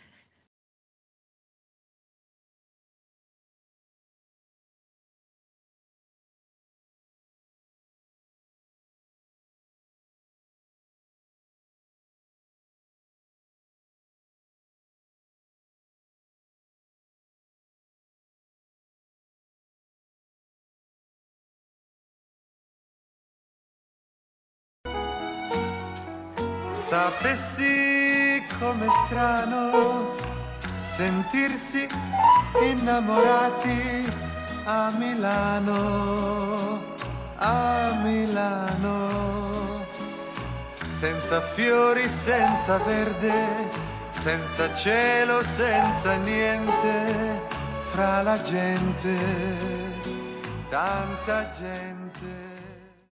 S4: Sapessi com'è strano sentirsi innamorati a Milano, a Milano, senza fiori, senza verde, senza cielo, senza niente, fra la gente, tanta gente.